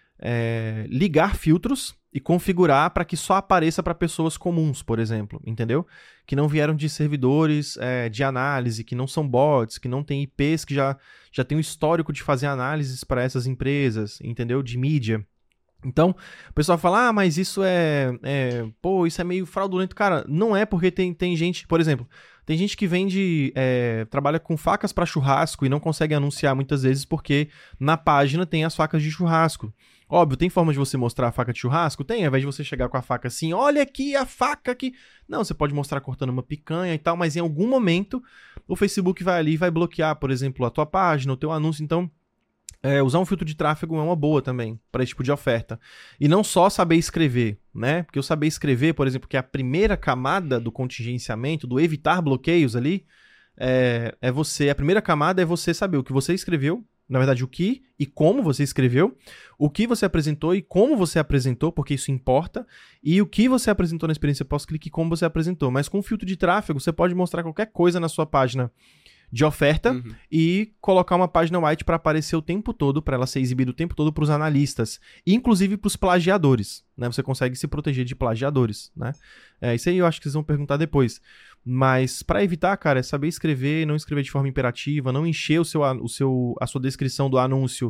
é, ligar filtros e configurar para que só apareça para pessoas comuns, por exemplo, entendeu? Que não vieram de servidores é, de análise, que não são bots, que não tem I Ps que já, já tem um histórico de fazer análises para essas empresas, entendeu? De mídia. Então, o pessoal fala, ah, mas isso é, é... Pô, isso é meio fraudulento. Cara, não é porque tem, tem gente... Por exemplo, tem gente que vende... É, trabalha com facas para churrasco e não consegue anunciar muitas vezes porque na página tem as facas de churrasco. Óbvio, tem forma de você mostrar a faca de churrasco? Tem, ao invés de você chegar com a faca assim, olha aqui a faca aqui. Não, você pode mostrar cortando uma picanha e tal, mas em algum momento o Facebook vai ali e vai bloquear, por exemplo, a tua página, o teu anúncio. Então, é, usar um filtro de tráfego é uma boa também para esse tipo de oferta. E não só saber escrever, né? Porque o saber escrever, por exemplo, que é a primeira camada do contingenciamento, do evitar bloqueios ali, é, é você, a primeira camada é você saber o que você escreveu, na verdade, o que e como você escreveu, o que você apresentou e como você apresentou, porque isso importa, e o que você apresentou na experiência pós-clique e como você apresentou. Mas com o filtro de tráfego, você pode mostrar qualquer coisa na sua página de oferta uhum. e colocar uma página white para aparecer o tempo todo, para ela ser exibida o tempo todo para os analistas, inclusive para os plagiadores, né? Você consegue se proteger de plagiadores, né? É, isso aí eu acho que vocês vão perguntar depois. Mas para evitar, cara, é saber escrever, não escrever de forma imperativa, não encher o seu, o seu, a sua descrição do anúncio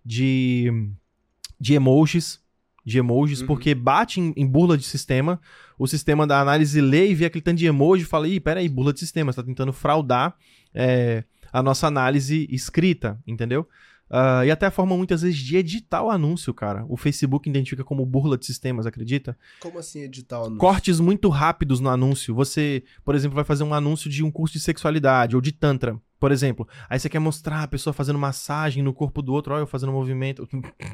de, de emojis, de emojis, uhum. porque bate em, em burla de sistema, o sistema da análise lê e vê aquele tanto de emoji e fala, ih, peraí, burla de sistema, você tá tentando fraudar é, a nossa análise escrita, entendeu? Uh, e até a forma, muitas vezes, de editar o anúncio, cara. O Facebook identifica como burla de sistemas, acredita? Como assim editar o anúncio? Cortes muito rápidos no anúncio. Você, por exemplo, vai fazer um anúncio de um curso de sexualidade ou de tantra, por exemplo. Aí você quer mostrar a pessoa fazendo massagem no corpo do outro, olha eu fazendo um movimento.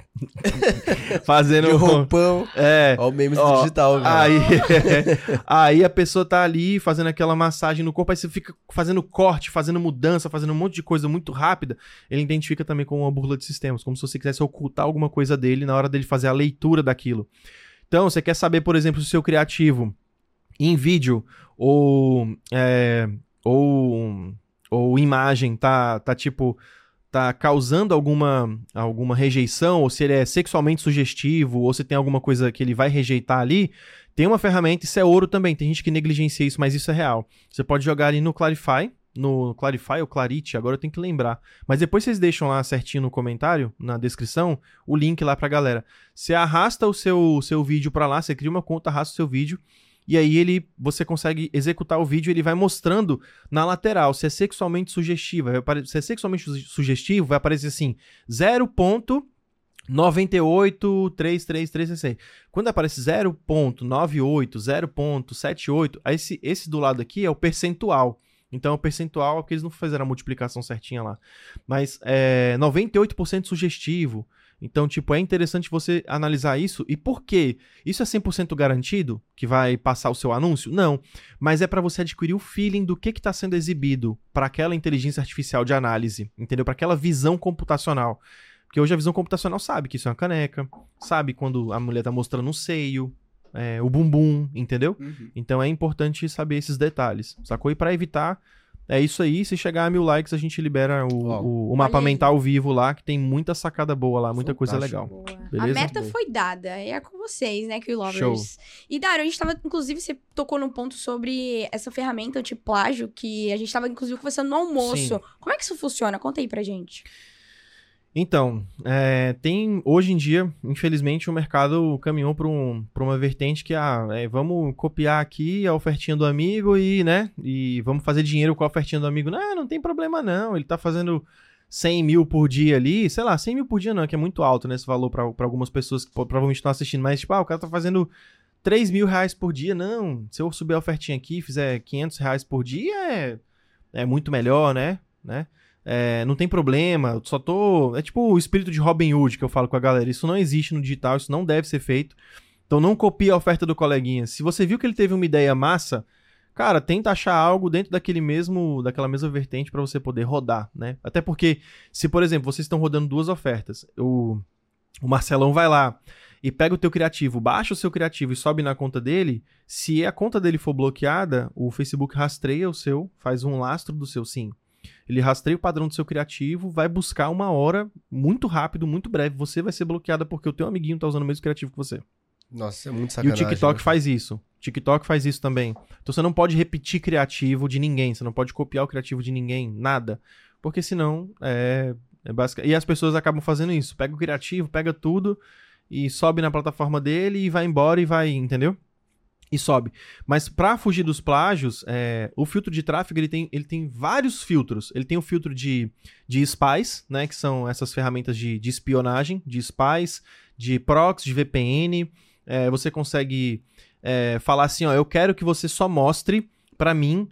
fazendo de roupão. É. Ó o meme ó, digital, velho. Aí, aí a pessoa tá ali fazendo aquela massagem no corpo, aí você fica fazendo corte, fazendo mudança, fazendo um monte de coisa muito rápida. Ele identifica também como uma burla de sistemas, como se você quisesse ocultar alguma coisa dele na hora dele fazer a leitura daquilo. Então, você quer saber, por exemplo, se o seu criativo em vídeo ou... É, ou ou imagem tá, tá tipo, tá causando alguma, alguma rejeição, ou se ele é sexualmente sugestivo, ou se tem alguma coisa que ele vai rejeitar ali, tem uma ferramenta, isso é ouro também, tem gente que negligencia isso, mas isso é real. Você pode jogar ali no Clarify, no Clarify ou Clarity, agora eu tenho que lembrar. Mas depois vocês deixam lá certinho no comentário, na descrição, o link lá pra galera. Você arrasta o seu, o seu vídeo pra lá, você cria uma conta, arrasta o seu vídeo, e aí ele, você consegue executar o vídeo, ele vai mostrando na lateral se é sexualmente sugestivo. Vai apare... Se é sexualmente sugestivo, vai aparecer assim, zero ponto nove oito três três três seis. Quando aparece zero ponto noventa e oito, zero ponto setenta e oito, esse, esse do lado aqui é o percentual. Então, o percentual é porque eles não fizeram a multiplicação certinha lá. Mas é noventa e oito por cento sugestivo. Então, tipo, é interessante você analisar isso. E por quê? Isso é cem por cento garantido que vai passar o seu anúncio? Não. Mas é para você adquirir o feeling do que está sendo exibido para aquela inteligência artificial de análise, entendeu? Para aquela visão computacional. Porque hoje a visão computacional sabe que isso é uma caneca, sabe quando a mulher tá mostrando o seio, é, o bumbum, entendeu? Uhum. Então é importante saber esses detalhes, sacou? E para evitar... É isso aí, se chegar a mil likes, a gente libera o, oh, o, o mapa mental vivo lá, que tem muita sacada boa lá, muita Fantástico. Coisa legal. A meta foi dada, é com vocês, né, Q-Lovers. Show. E, Dário, a gente tava, inclusive, você tocou num ponto sobre essa ferramenta anti-plágio, que a gente tava, inclusive, conversando no almoço. Sim. Como é que isso funciona? Conta aí pra gente. Então, é, tem, hoje em dia, infelizmente, o mercado caminhou para um, para uma vertente que, ah, é, vamos copiar aqui a ofertinha do amigo e, né, e vamos fazer dinheiro com a ofertinha do amigo. Não, não tem problema não, ele tá fazendo cem mil por dia ali, sei lá, cem mil por dia não, que é muito alto, né, esse valor para algumas pessoas que provavelmente estão assistindo, mas, tipo, ah, o cara tá fazendo três mil reais por dia, não, se eu subir a ofertinha aqui e fizer quinhentos reais por dia, é, é muito melhor, né, né. É, não tem problema, só tô... É tipo o espírito de Robin Hood que eu falo com a galera. Isso não existe no digital, isso não deve ser feito. Então não copie a oferta do coleguinha. Se você viu que ele teve uma ideia massa, cara, tenta achar algo dentro daquele mesmo, daquela mesma vertente para você poder rodar, né? Até porque, se por exemplo, vocês estão rodando duas ofertas, o, o Marcelão vai lá e pega o teu criativo, baixa o seu criativo e sobe na conta dele, se a conta dele for bloqueada, o Facebook rastreia o seu, faz um lastro do seu sim. Ele rastreia o padrão do seu criativo, vai buscar uma hora, muito rápido, muito breve. Você vai ser bloqueada porque o teu amiguinho tá usando o mesmo criativo que você. Nossa, é muito sacanagem. E o TikTok né? faz isso. O TikTok faz isso também. Então você não pode repetir criativo de ninguém. Você não pode copiar o criativo de ninguém. Nada. Porque senão é, é básica. E as pessoas acabam fazendo isso. Pega o criativo, pega tudo e sobe na plataforma dele e vai embora e vai, entendeu? E sobe. Mas para fugir dos plágios, é, o filtro de tráfego ele tem, ele tem vários filtros. Ele tem o filtro de, de spies, né, que são essas ferramentas de, de espionagem, de spies, de proxy, de V P N. É, você consegue é, falar assim, ó, eu quero que você só mostre para mim,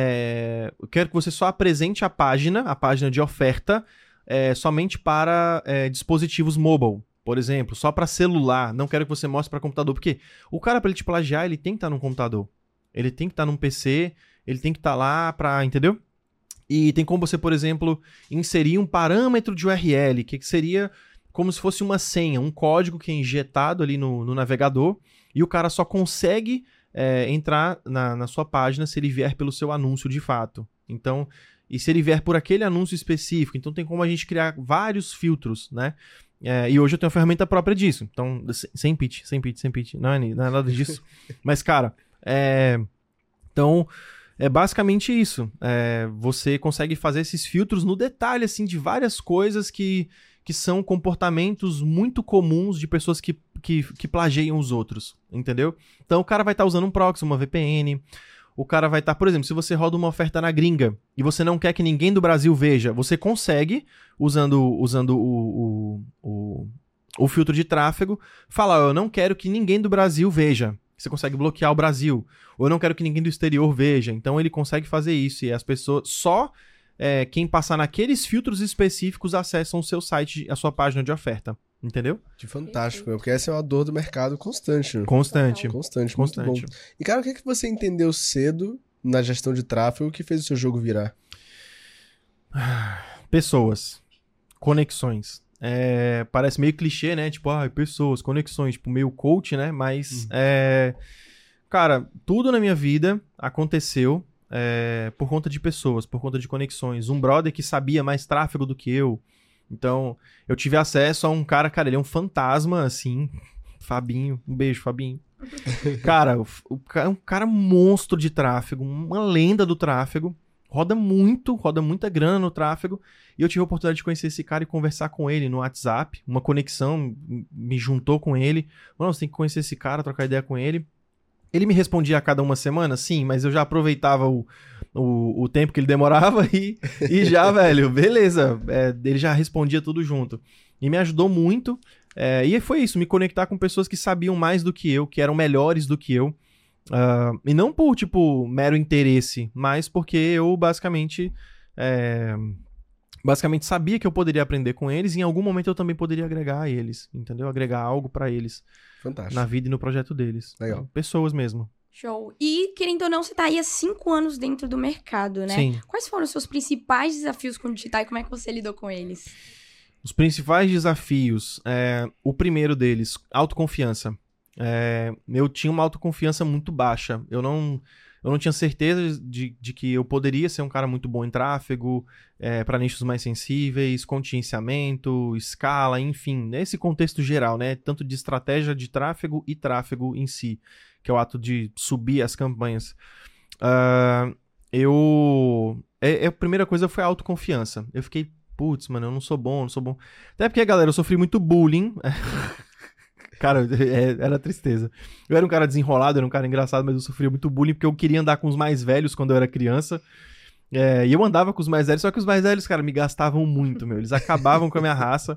é, eu quero que você só apresente a página, a página de oferta, é, somente para é, dispositivos mobile. Por exemplo, só para celular, não quero que você mostre para computador, porque o cara, para ele te plagiar, ele tem que estar num computador, ele tem que estar num P C, ele tem que estar lá para, entendeu? E tem como você, por exemplo, inserir um parâmetro de U R L, que seria como se fosse uma senha, um código que é injetado ali no, no navegador, e o cara só consegue é, entrar na, na sua página se ele vier pelo seu anúncio de fato. Então, e se ele vier por aquele anúncio específico, então tem como a gente criar vários filtros, né? É, e hoje eu tenho uma ferramenta própria disso. Então, sem pitch, sem pitch, sem pitch. Não é, não é nada disso. Mas, cara, é... Então, é basicamente isso. É, você consegue fazer esses filtros no detalhe, assim, de várias coisas que, que são comportamentos muito comuns de pessoas que, que, que plagiam os outros, entendeu? Então, o cara vai estar tá usando um proxy, uma V P N... O cara vai estar, tá, por exemplo, se você roda uma oferta na gringa e você não quer que ninguém do Brasil veja, você consegue, usando, usando o, o, o, o filtro de tráfego, falar, eu não quero que ninguém do Brasil veja. Você consegue bloquear o Brasil. Ou eu não quero que ninguém do exterior veja. Então ele consegue fazer isso. E as pessoas, só é, quem passar naqueles filtros específicos acessam o seu site, a sua página de oferta. Entendeu? Que fantástico, porque essa é uma dor do mercado constante. Né? Constante. Constante, Constante. Muito bom. E, cara, o que, é que você entendeu cedo na gestão de tráfego que fez o seu jogo virar? Pessoas. Conexões. É, parece meio clichê, né? Tipo, ah, pessoas, conexões. Tipo, meio coach, né? Mas, uhum. é... Cara, tudo na minha vida aconteceu é, por conta de pessoas, por conta de conexões. Um brother que sabia mais tráfego do que eu. Então, eu tive acesso a um cara, cara, ele é um fantasma, assim, Fabinho, um beijo, Fabinho. Cara, o, o, é um cara monstro de tráfego, uma lenda do tráfego, roda muito, roda muita grana no tráfego, e eu tive a oportunidade de conhecer esse cara e conversar com ele no WhatsApp, uma conexão me juntou com ele, mano, você tem que conhecer esse cara, trocar ideia com ele. Ele me respondia a cada uma semana, sim, mas eu já aproveitava o, o, o tempo que ele demorava e, e já, velho, beleza, é, ele já respondia tudo junto. E me ajudou muito, é, e foi isso, me conectar com pessoas que sabiam mais do que eu, que eram melhores do que eu, Uh, e não por, tipo, mero interesse, mas porque eu, basicamente, é, basicamente sabia que eu poderia aprender com eles e em algum momento eu também poderia agregar a eles, entendeu? Agregar algo pra eles. Fantástico. Na vida e no projeto deles. Legal. Pessoas mesmo. Show. E, querendo ou não, você tá aí há cinco anos dentro do mercado, né? Sim. Quais foram os seus principais desafios com o digital e como é que você lidou com eles? Os principais desafios, é, o primeiro deles, autoconfiança. É, eu tinha uma autoconfiança muito baixa. Eu não, eu não tinha certeza de, de que eu poderia ser um cara muito bom em tráfego, é, para nichos mais sensíveis, contingenciamento, escala, enfim, nesse contexto geral, né? Tanto de estratégia de tráfego e tráfego em si, que é o ato de subir as campanhas. Uh, eu... É, é, a primeira coisa foi a autoconfiança. Eu fiquei, putz, mano, eu não sou bom, não sou bom. Até porque, galera, eu sofri muito bullying. Cara, é, era tristeza. Eu era um cara desenrolado, era um cara engraçado, mas eu sofria muito bullying porque eu queria andar com os mais velhos quando eu era criança. É, e eu andava com os mais velhos, só que os mais velhos, cara, me gastavam muito, meu. Eles acabavam com a minha raça.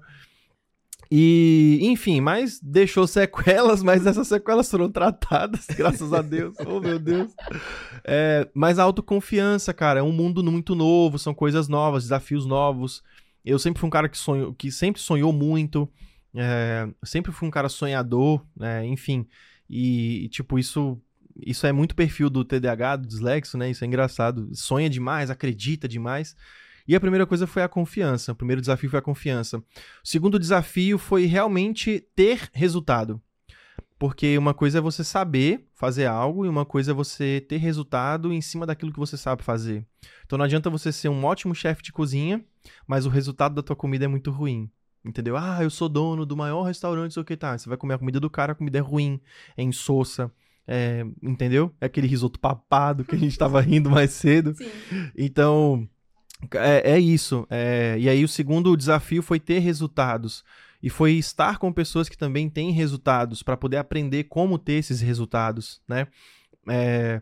E, enfim, mas deixou sequelas, mas essas sequelas foram tratadas, graças a Deus. Oh, meu Deus. É, mas a autoconfiança, cara, é um mundo muito novo, são coisas novas, desafios novos. Eu sempre fui um cara que, sonho, que sempre sonhou muito. É, sempre fui um cara sonhador, né, enfim, e, e tipo, isso, isso é muito perfil do T D A H, do dislexo, né, isso é engraçado, sonha demais, acredita demais, e a primeira coisa foi a confiança, o primeiro desafio foi a confiança. O segundo desafio foi realmente ter resultado, porque uma coisa é você saber fazer algo e uma coisa é você ter resultado em cima daquilo que você sabe fazer. Então não adianta você ser um ótimo chefe de cozinha, mas o resultado da tua comida é muito ruim. Entendeu? Ah, eu sou dono do maior restaurante, sei o que tá. Você vai comer a comida do cara, a comida é ruim, é insossa, é, entendeu? É aquele risoto papado que a gente tava rindo mais cedo. Sim. Então, é, é isso. É, e aí o segundo desafio foi ter resultados. E foi estar com pessoas que também têm resultados, para poder aprender como ter esses resultados, né? É,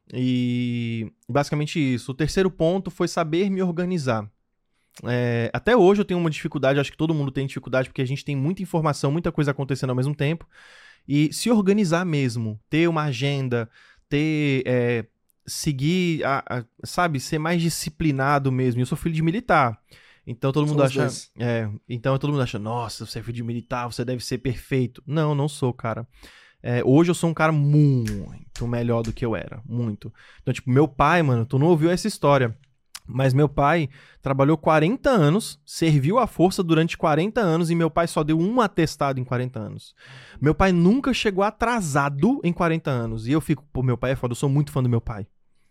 e basicamente isso. O terceiro ponto foi saber me organizar. É, até hoje eu tenho uma dificuldade, acho que todo mundo tem dificuldade, porque a gente tem muita informação, muita coisa acontecendo ao mesmo tempo, e se organizar mesmo, ter uma agenda, ter, é, seguir, a, a, sabe, ser mais disciplinado mesmo. Eu sou filho de militar, então todo mundo acha, é, então todo mundo acha, nossa, você é filho de militar, você deve ser perfeito. Não, não sou, cara. É, hoje eu sou um cara muito melhor do que eu era, muito. Então, tipo, meu pai, mano, tu não ouviu essa história, mas meu pai trabalhou quarenta anos, serviu à força durante quarenta anos e meu pai só deu um atestado em quarenta anos. Meu pai nunca chegou atrasado em quarenta anos. E eu fico, pô, meu pai é foda, eu sou muito fã do meu pai.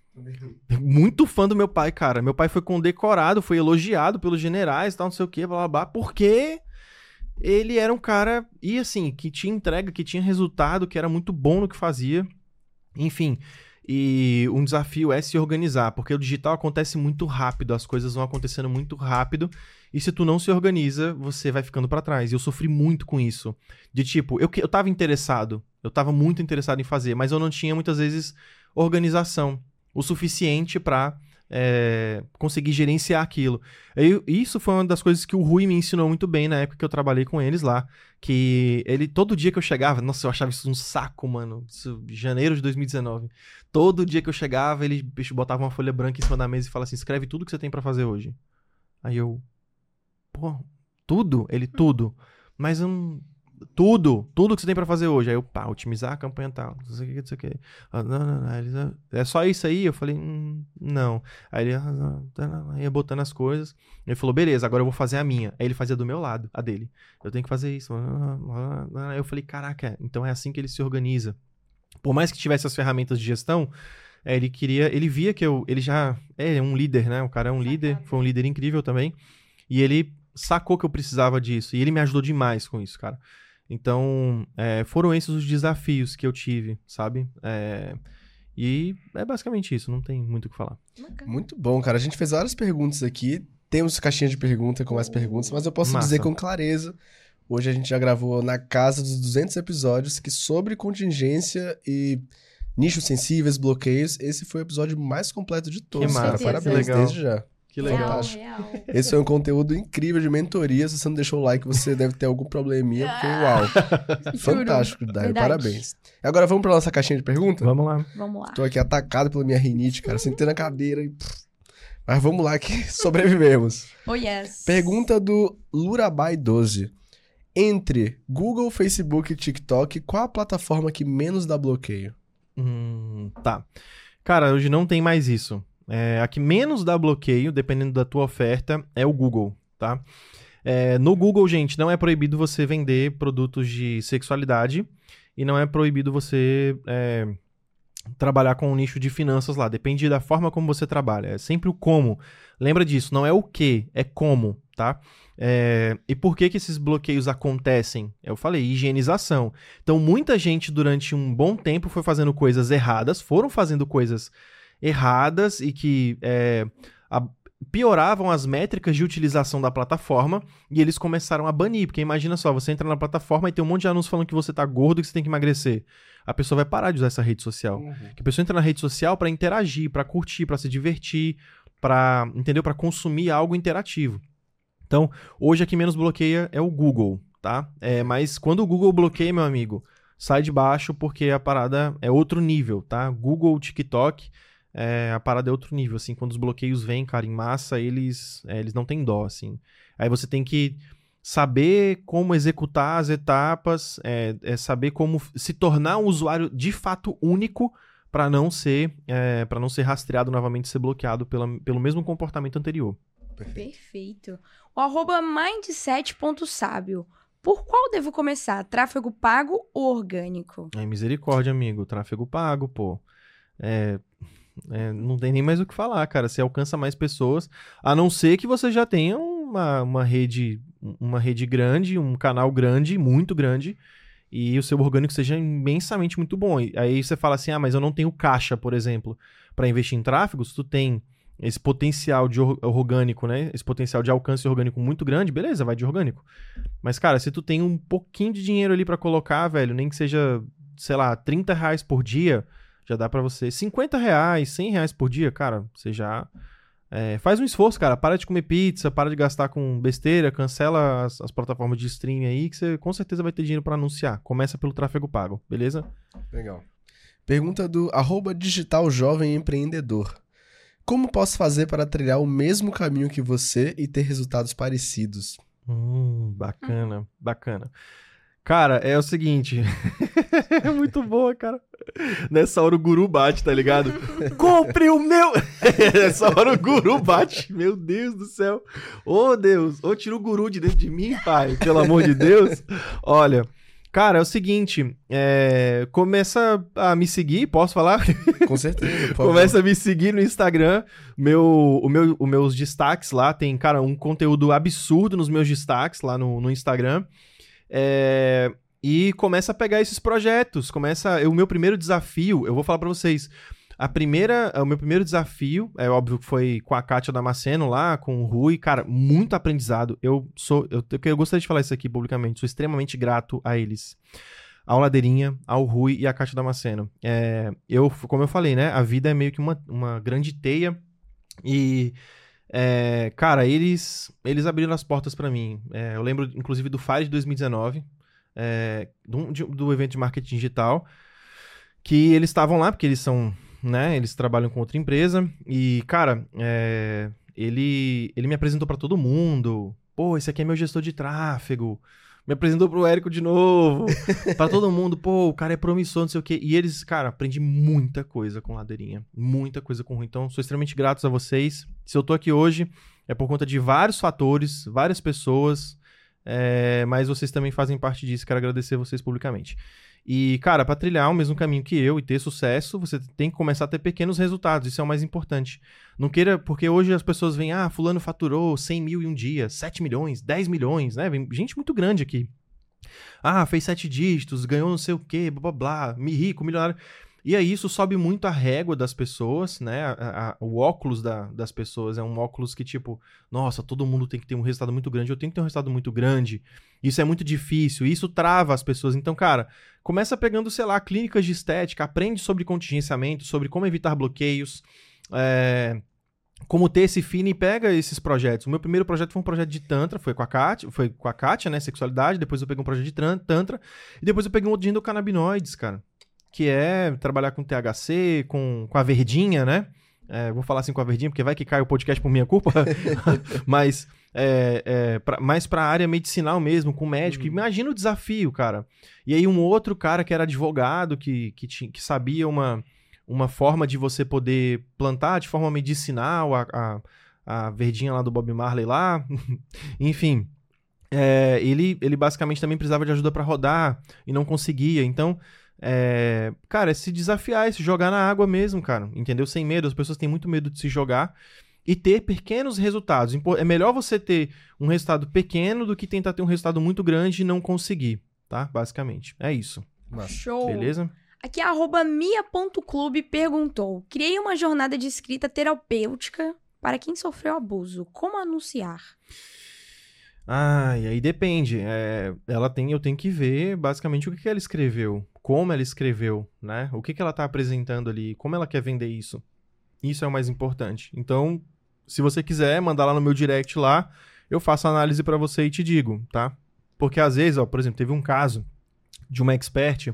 Muito fã do meu pai, cara. Meu pai foi condecorado, foi elogiado pelos generais, tal, não sei o que, blá, blá, blá, porque ele era um cara, e assim, que tinha entrega, que tinha resultado, que era muito bom no que fazia. Enfim... E um desafio é se organizar, porque o digital acontece muito rápido, as coisas vão acontecendo muito rápido, e se tu não se organiza, você vai ficando pra trás. E eu sofri muito com isso. De tipo, eu, eu tava interessado, eu tava muito interessado em fazer, mas eu não tinha muitas vezes organização o suficiente pra é, conseguir gerenciar aquilo. Eu, isso foi uma das coisas que o Rui me ensinou muito bem na época que eu trabalhei com eles lá. Que ele, todo dia que eu chegava, nossa, eu achava isso um saco, mano. Isso, janeiro de dois mil e dezenove. Todo dia que eu chegava, ele bicho, botava uma folha branca em cima da mesa e falava assim: escreve tudo que você tem pra fazer hoje. Aí eu, pô, tudo? Ele, tudo. Mas eu não. Tudo, tudo que você tem pra fazer hoje. Aí eu, pá, otimizar a campanha tal, não sei o que, não sei o que. Ah, não, não, não, ele, é só isso aí? Eu falei, hum, não. Aí ele ah, não, ia botando as coisas. Ele falou, beleza, agora eu vou fazer a minha. Aí ele fazia do meu lado, a dele. Eu tenho que fazer isso. Aí eu falei, caraca, então é assim que ele se organiza. Por mais que tivesse as ferramentas de gestão, é, ele queria, ele via que eu, ele já é um líder, né? O cara é um líder, foi um líder incrível também. E ele sacou que eu precisava disso. E ele me ajudou demais com isso, cara. Então, é, foram esses os desafios que eu tive, sabe? É, e é basicamente isso, não tem muito o que falar. Muito bom, cara. A gente fez várias perguntas aqui. Temos caixinha de pergunta com mais perguntas, mas eu posso Massa. dizer com clareza, hoje a gente já gravou na casa dos duzentos episódios, que sobre contingência e nichos sensíveis, bloqueios, esse foi o episódio mais completo de todos, Que cara. massa, Parabéns, que legal. desde já. Que legal. Real, real. Esse foi um conteúdo incrível de mentoria. Se você não deixou o like, você deve ter algum probleminha, porque uau. Fantástico, Dário. Parabéns. Agora vamos pra nossa caixinha de perguntas? Vamos lá. Vamos lá. Tô aqui atacado pela minha rinite, cara. Sentei na cadeira e... Mas vamos lá que sobrevivemos. Oh, yes. Pergunta do Lurabai doze. Entre Google, Facebook e TikTok, qual a plataforma que menos dá bloqueio? Hum, tá. Cara, hoje não tem mais isso. É, a que menos dá bloqueio, dependendo da tua oferta, é o Google, tá? É, no Google, gente, não é proibido você vender produtos de sexualidade e não é proibido você... É, trabalhar com um nicho de finanças lá, depende da forma como você trabalha, é sempre o como. Lembra disso, não é o que, é como, tá? É... E por que que esses bloqueios acontecem? Eu falei, higienização. Então, muita gente durante um bom tempo foi fazendo coisas erradas, foram fazendo coisas erradas e que é, a... pioravam as métricas de utilização da plataforma e eles começaram a banir, porque imagina só, você entra na plataforma e tem um monte de anúncios falando que você tá gordo e que você tem que emagrecer. A pessoa vai parar de usar essa rede social. Uhum. Que a pessoa entra na rede social para interagir, para curtir, para se divertir, para, entendeu? Para consumir algo interativo. Então, hoje a que menos bloqueia é o Google, tá? É, mas quando o Google bloqueia, meu amigo, sai de baixo porque a parada é outro nível, tá? Google, TikTok, é, a parada é outro nível, assim. Quando os bloqueios vêm, cara, em massa, eles, é, eles não têm dó, assim. Aí você tem que saber como executar as etapas, é, é saber como se tornar um usuário de fato único para não ser é, para não ser rastreado novamente, ser bloqueado pela, pelo mesmo comportamento anterior. Perfeito. O arroba mindset.sábio. Por qual devo começar? Tráfego pago ou orgânico? É misericórdia, amigo. Tráfego pago, pô. É, é, não tem nem mais o que falar, cara. Você alcança mais pessoas, a não ser que você já tenha uma, uma rede uma rede grande, um canal grande, muito grande, e o seu orgânico seja imensamente muito bom. E aí você fala assim, ah, mas eu não tenho caixa, por exemplo, para investir em tráfego. Se tu tem esse potencial de or- orgânico, né, esse potencial de alcance orgânico muito grande, beleza, vai de orgânico. Mas, cara, se tu tem um pouquinho de dinheiro ali para colocar, velho, nem que seja, sei lá, trinta reais por dia, já dá para você, cinquenta reais, cem reais por dia, cara, você já... É, faz um esforço, cara. Para de comer pizza, para de gastar com besteira, cancela as, as plataformas de streaming aí, que você com certeza vai ter dinheiro para anunciar. Começa pelo tráfego pago, beleza? Legal. Pergunta do arroba digital jovem empreendedor. Como posso fazer para trilhar o mesmo caminho que você e ter resultados parecidos? Hum, bacana, bacana. Cara, é o seguinte. É muito boa, cara. Nessa hora o guru bate, tá ligado? Compre o meu! Nessa hora o guru bate. Meu Deus do céu. Ô, Deus. Ô, tira o guru de dentro de mim, pai. Pelo amor de Deus. Olha, cara, é o seguinte. É... Começa a me seguir, posso falar? Com certeza. Começa a me seguir no Instagram. Meu, o meu, os meus destaques lá tem, cara, um conteúdo absurdo nos meus destaques lá no, no Instagram. É, e começa a pegar esses projetos, começa, o meu primeiro desafio, eu vou falar pra vocês, a primeira, o meu primeiro desafio, é óbvio que foi com a Kátia Damasceno lá, com o Rui, cara, muito aprendizado, eu sou, eu, eu gostaria de falar isso aqui publicamente, sou extremamente grato a eles, ao Ladeirinha, ao Rui e à Kátia Damasceno. É, eu, como eu falei, né, a vida é meio que uma, uma grande teia e... É, cara, eles, eles abriram as portas pra mim. É, eu lembro, inclusive, do Fire de dois mil e dezenove, é, do, de, do evento de marketing digital, que eles estavam lá, porque eles são, né, eles trabalham com outra empresa, e, cara, é, ele, ele me apresentou pra todo mundo. Pô, esse aqui é meu gestor de tráfego. Me apresentou pro Érico de novo. Pra todo mundo, pô, o cara é promissor, não sei o quê. E eles, cara, aprendi muita coisa com Ladeirinha. Muita coisa com o Rui. Então, sou extremamente grato a vocês. Se eu tô aqui hoje, é por conta de vários fatores, várias pessoas. É, mas vocês também fazem parte disso. Quero agradecer vocês publicamente. E, cara, pra trilhar o mesmo caminho que eu e ter sucesso, você tem que começar a ter pequenos resultados. Isso é o mais importante. Não queira... Porque hoje as pessoas veem, ah, fulano faturou cem mil em um dia, sete milhões, dez milhões, né? Vem gente muito grande aqui. Ah, fez sete dígitos, ganhou não sei o quê, blá, blá, blá, me rico, milionário. E aí isso sobe muito a régua das pessoas, né? A, a, o óculos da, das pessoas é um óculos que tipo, nossa, todo mundo tem que ter um resultado muito grande, eu tenho que ter um resultado muito grande. Isso é muito difícil, isso trava as pessoas. Então, cara, começa pegando, sei lá, clínicas de estética, aprende sobre contingenciamento, sobre como evitar bloqueios, é... como ter esse feeling, pega esses projetos. O meu primeiro projeto foi um projeto de Tantra, foi com a Kátia, foi com a Kátia, né, sexualidade, depois eu peguei um projeto de Tantra, e depois eu peguei um outro de endocannabinoides, cara, que é trabalhar com T H C, com, com a verdinha, né, é, vou falar assim com a verdinha, porque vai que cai o podcast por minha culpa, mas é, é, pra, mais pra área medicinal mesmo, com médico, uhum. Imagina o desafio, cara. E aí um outro cara que era advogado, que, que, tinha, que sabia uma... uma forma de você poder plantar de forma medicinal, a, a, a verdinha lá do Bob Marley lá, enfim, é, ele, ele basicamente também precisava de ajuda para rodar e não conseguia, então, é, cara, é se desafiar, é se jogar na água mesmo, cara, entendeu? Sem medo, as pessoas têm muito medo de se jogar e ter pequenos resultados, é melhor você ter um resultado pequeno do que tentar ter um resultado muito grande e não conseguir, tá? Basicamente, é isso. Show! Beleza? Aqui a arroba mia ponto clube perguntou: criei uma jornada de escrita terapêutica para quem sofreu abuso. Como anunciar? Ah, e aí depende. É, ela tem, eu tenho que ver basicamente o que, que ela escreveu, como ela escreveu, né? O que, que ela tá apresentando ali, como ela quer vender isso. Isso é o mais importante. Então, se você quiser mandar lá no meu direct lá, eu faço a análise para você e te digo, tá? Porque às vezes, ó, por exemplo, teve um caso de uma expert...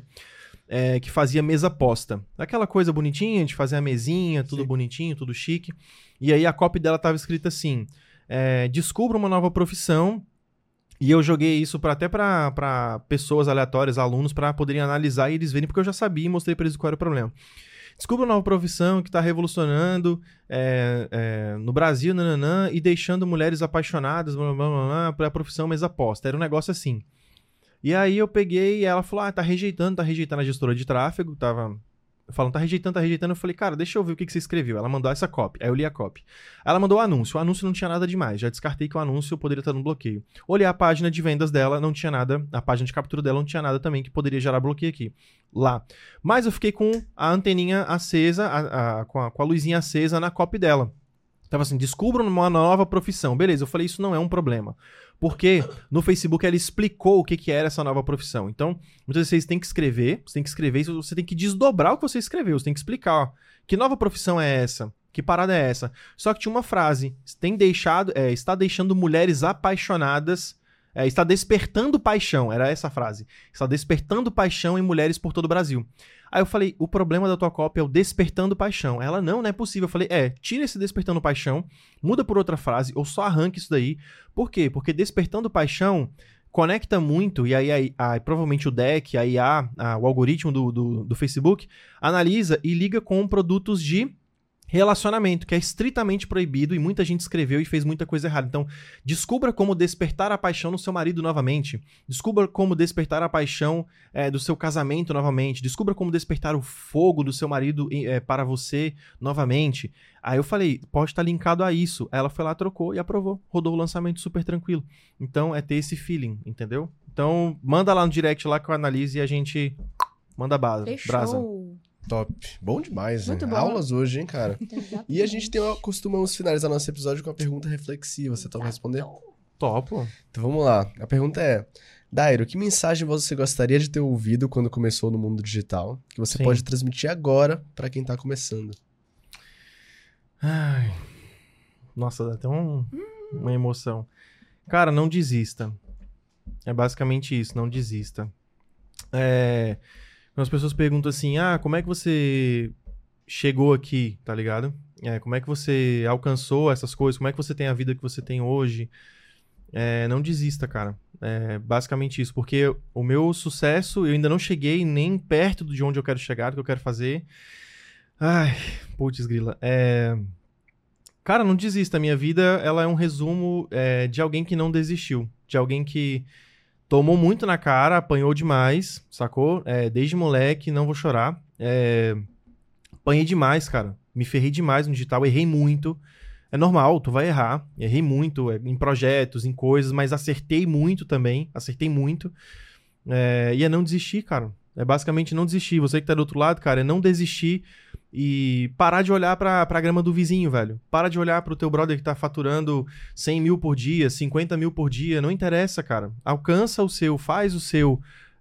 É, que fazia mesa posta. Aquela coisa bonitinha de fazer a mesinha, tudo Sim. bonitinho, tudo chique. E aí a copy dela tava escrita assim, é, descubra uma nova profissão. E eu joguei isso pra, até para pessoas aleatórias, alunos, para poderem analisar e eles verem, porque eu já sabia e mostrei para eles qual era o problema. Descubra uma nova profissão que está revolucionando é, é, no Brasil, nananã, e deixando mulheres apaixonadas blá, blá, blá, blá, para a profissão mesa posta. Era um negócio assim. E aí eu peguei e ela falou, ah, tá rejeitando, tá rejeitando a gestora de tráfego, tava falando, tá rejeitando, tá rejeitando. Eu falei, cara, deixa eu ver o que, que você escreveu. Ela mandou essa copy, aí eu li a copy. Aí ela mandou o anúncio, o anúncio não tinha nada demais, já descartei que o anúncio poderia estar no bloqueio. Olhei a página de vendas dela, não tinha nada, a página de captura dela não tinha nada também que poderia gerar bloqueio aqui, lá. Mas eu fiquei com a anteninha acesa, a, a, com, a, com a luzinha acesa na copy dela. Tava assim, descubram uma nova profissão. Beleza, eu falei, isso não é um problema. Porque no Facebook ela explicou o que, que era essa nova profissão. Então, muitas vezes vocês têm que escrever, você tem que escrever, você tem que desdobrar o que você escreveu, você tem que explicar, ó, que nova profissão é essa? Que parada é essa? Só que tinha uma frase, tem deixado, é, está deixando mulheres apaixonadas, é, está despertando paixão, era essa a frase. Está despertando paixão em mulheres por todo o Brasil. Aí eu falei, o problema da tua cópia é o despertando paixão. Ela, não, não é possível. Eu falei, é, tira esse despertando paixão, muda por outra frase, ou só arranque isso daí. Por quê? Porque despertando paixão conecta muito, e aí, aí, aí provavelmente o deck, a I A, a, o algoritmo do, do, do Facebook, analisa e liga com produtos de relacionamento, que é estritamente proibido e muita gente escreveu e fez muita coisa errada. Então, descubra como despertar a paixão no seu marido novamente. Descubra como despertar a paixão é, do seu casamento novamente. Descubra como despertar o fogo do seu marido é, para você novamente. Aí eu falei, pode estar linkado a isso. Aí ela foi lá, trocou e aprovou. Rodou o lançamento super tranquilo. Então, é ter esse feeling, entendeu? Então, manda lá no direct lá que eu analiso e a gente manda base, Fechou. brasa. Top. Bom demais, Muito né? bom. Aulas hoje, hein, cara? Exatamente. E a gente tem uma, costumamos finalizar nosso episódio com a pergunta reflexiva. Você topa responder? Topo. Então vamos lá. A pergunta é, Dairo, que mensagem você gostaria de ter ouvido quando começou no mundo digital? Que você Sim. pode transmitir agora pra quem tá começando? Ai, nossa, dá até um, uma emoção. Cara, não desista. É basicamente isso, não desista. É, quando as pessoas perguntam assim, ah, como é que você chegou aqui, tá ligado? É, como é que você alcançou essas coisas? Como é que você tem a vida que você tem hoje? É, não desista, cara. É basicamente isso, porque o meu sucesso, eu ainda não cheguei nem perto de onde eu quero chegar, do que eu quero fazer. Ai, putz, grila. É... Cara, não desista. A minha vida, ela é um resumo é, de alguém que não desistiu. De alguém que tomou muito na cara, apanhou demais, sacou? É, desde moleque, não vou chorar. É... Apanhei demais, cara. Me ferrei demais no digital, errei muito. É normal, tu vai errar. Errei muito é, em projetos, em coisas, mas acertei muito também. Acertei muito. É... E é não desistir, cara. É basicamente não desistir. Você que tá do outro lado, cara, é não desistir e parar de olhar pra, pra grama do vizinho, velho. Para de olhar pro teu brother que tá faturando cem mil por dia, cinquenta mil por dia. Não interessa, cara. Alcança o seu, faz o seu.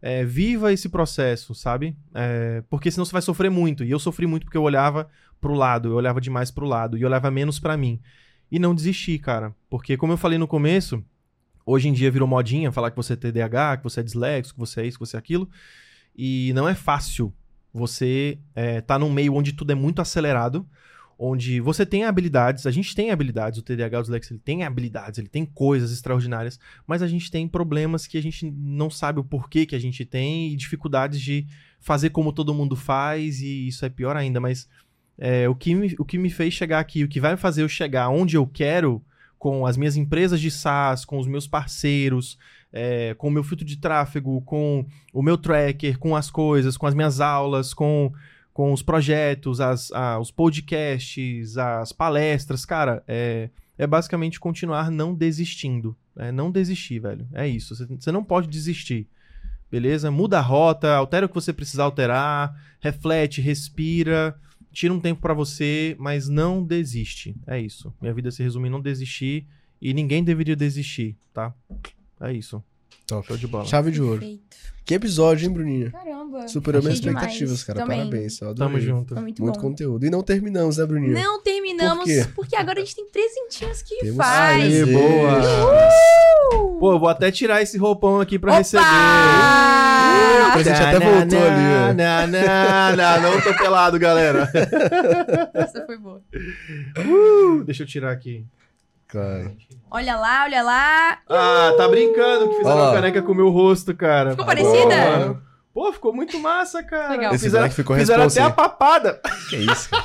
é, viva esse processo, sabe? É, porque senão você vai sofrer muito. E eu sofri muito porque eu olhava pro lado, eu olhava demais pro lado, e eu olhava menos pra mim. E não desisti, cara. Porque, como eu falei no começo, hoje em dia virou modinha falar que você é T D A H, que você é dislexo, que você é isso, que você é aquilo. E não é fácil você é, tá num meio onde tudo é muito acelerado, onde você tem habilidades, a gente tem habilidades, o T D A H, o dislexo, ele tem habilidades, ele tem coisas extraordinárias, mas a gente tem problemas que a gente não sabe o porquê que a gente tem e dificuldades de fazer como todo mundo faz, e isso é pior ainda, mas é, o, que me, o que me fez chegar aqui, o que vai fazer eu chegar onde eu quero, com as minhas empresas de SaaS, com os meus parceiros, é, com o meu filtro de tráfego, com o meu tracker, com as coisas, com as minhas aulas, com, com os projetos, as, a, os podcasts, as palestras, cara, é, é basicamente continuar não desistindo. É não desistir, velho. É isso. Você, você não pode desistir. Beleza? Muda a rota, altera o que você precisar alterar, reflete, respira, tira um tempo pra você, mas não desiste. É isso. Minha vida se resume em não desistir e ninguém deveria desistir, tá? É isso. Top. Show de bola. Chave de ouro. Perfeito. Que episódio, hein, Bruninha? Caramba. Superou minhas Achei expectativas, demais. cara. Também. Parabéns. Eu Tamo adorei. junto. Foi muito, Muito bom. conteúdo. E não terminamos, né, Bruninha? Não terminamos, Por quê? porque agora a gente tem presentinhos que Temos faz. Aê, Prazer. boa. Uhul! Pô, eu vou até tirar esse roupão aqui pra Opa! receber. Uh, o presente até voltou ali, ó. Não, não, não, não tô pelado, galera. Essa foi boa. Uh, deixa eu tirar aqui. Cara. Olha lá, olha lá. Ah, tá brincando que fizeram Ó. uma caneca com o meu rosto, cara. Ficou Pô, parecida? mano. Pô, ficou muito massa, cara. Legal. Esse Fizeram, moleque ficou fizeram até responsa a aí. papada. Que isso, cara?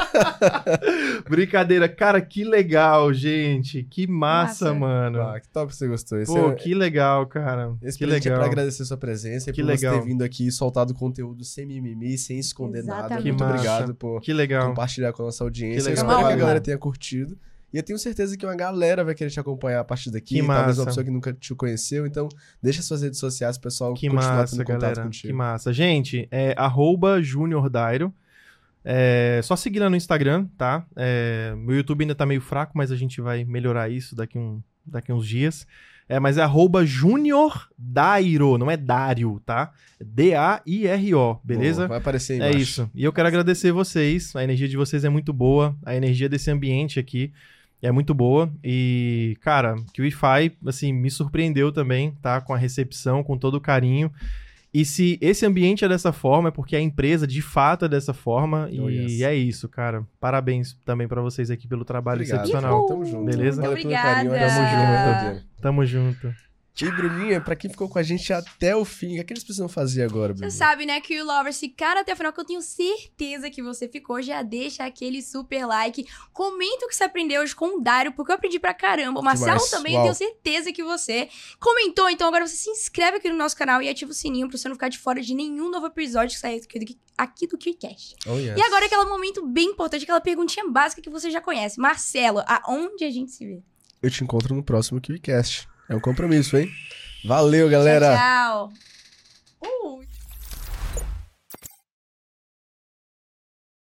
Brincadeira. Cara, que legal, gente. Que massa, Massa. mano. Ah, que top você gostou. Esse, Pô, é- que legal, cara. esse que presente é legal. pra agradecer sua presença e Que por legal. você ter vindo aqui e soltado conteúdo sem mimimi, sem esconder nada. Exatamente. Muito Que massa. obrigado por Que legal. compartilhar com a nossa audiência. Que Eu legal. espero que a Uma galera honra. tenha curtido. E eu tenho certeza que uma galera vai querer te acompanhar a partir daqui. Que Talvez massa. uma pessoa que nunca te conheceu. Então, deixa suas redes sociais pro pessoal Que continuar massa, tendo contato galera. contigo. Que massa. Gente, é arroba Junior Dairo. É só seguir lá no Instagram, tá? É, meu YouTube ainda tá meio fraco, mas a gente vai melhorar isso daqui, um, daqui uns dias. É, mas é arroba Junior Dairo, não é Dário, tá? D A I R O, beleza? Boa, vai aparecer aí É embaixo. isso. E eu quero agradecer vocês. A energia de vocês é muito boa. A energia desse ambiente aqui é muito boa. E, cara, que o Wi-Fi, assim, me surpreendeu também, tá? Com a recepção, com todo o carinho. E se esse ambiente é dessa forma, é porque a empresa, de fato, é dessa forma. Oh, e yes. é isso, cara. Parabéns também pra vocês aqui pelo trabalho Obrigado. excepcional. Tamo junto. Beleza? Valeu Muito pelo carinho. obrigada. Tamo Tamo junto. Tamo junto. E, Bruninha, pra quem ficou com a gente até o fim, o que, é que eles precisam fazer agora, Bruninha? Você sabe, né, que o Lovers ficaram até o final, que eu tenho certeza que você ficou. Já deixa aquele super like. Comenta o que você aprendeu hoje com o Dário, porque eu aprendi pra caramba. O Marcelo Demais. também, Uau. eu tenho certeza que você comentou. Então agora você se inscreve aqui no nosso canal e ativa o sininho pra você não ficar de fora de nenhum novo episódio que sair aqui do, aqui do KiwiCast. Oh, yes. E agora aquele momento bem importante, aquela perguntinha básica que você já conhece. Marcelo, aonde a gente se vê? Eu te encontro no próximo KiwiCast. É um compromisso, hein? Valeu, galera! Tchau, tchau.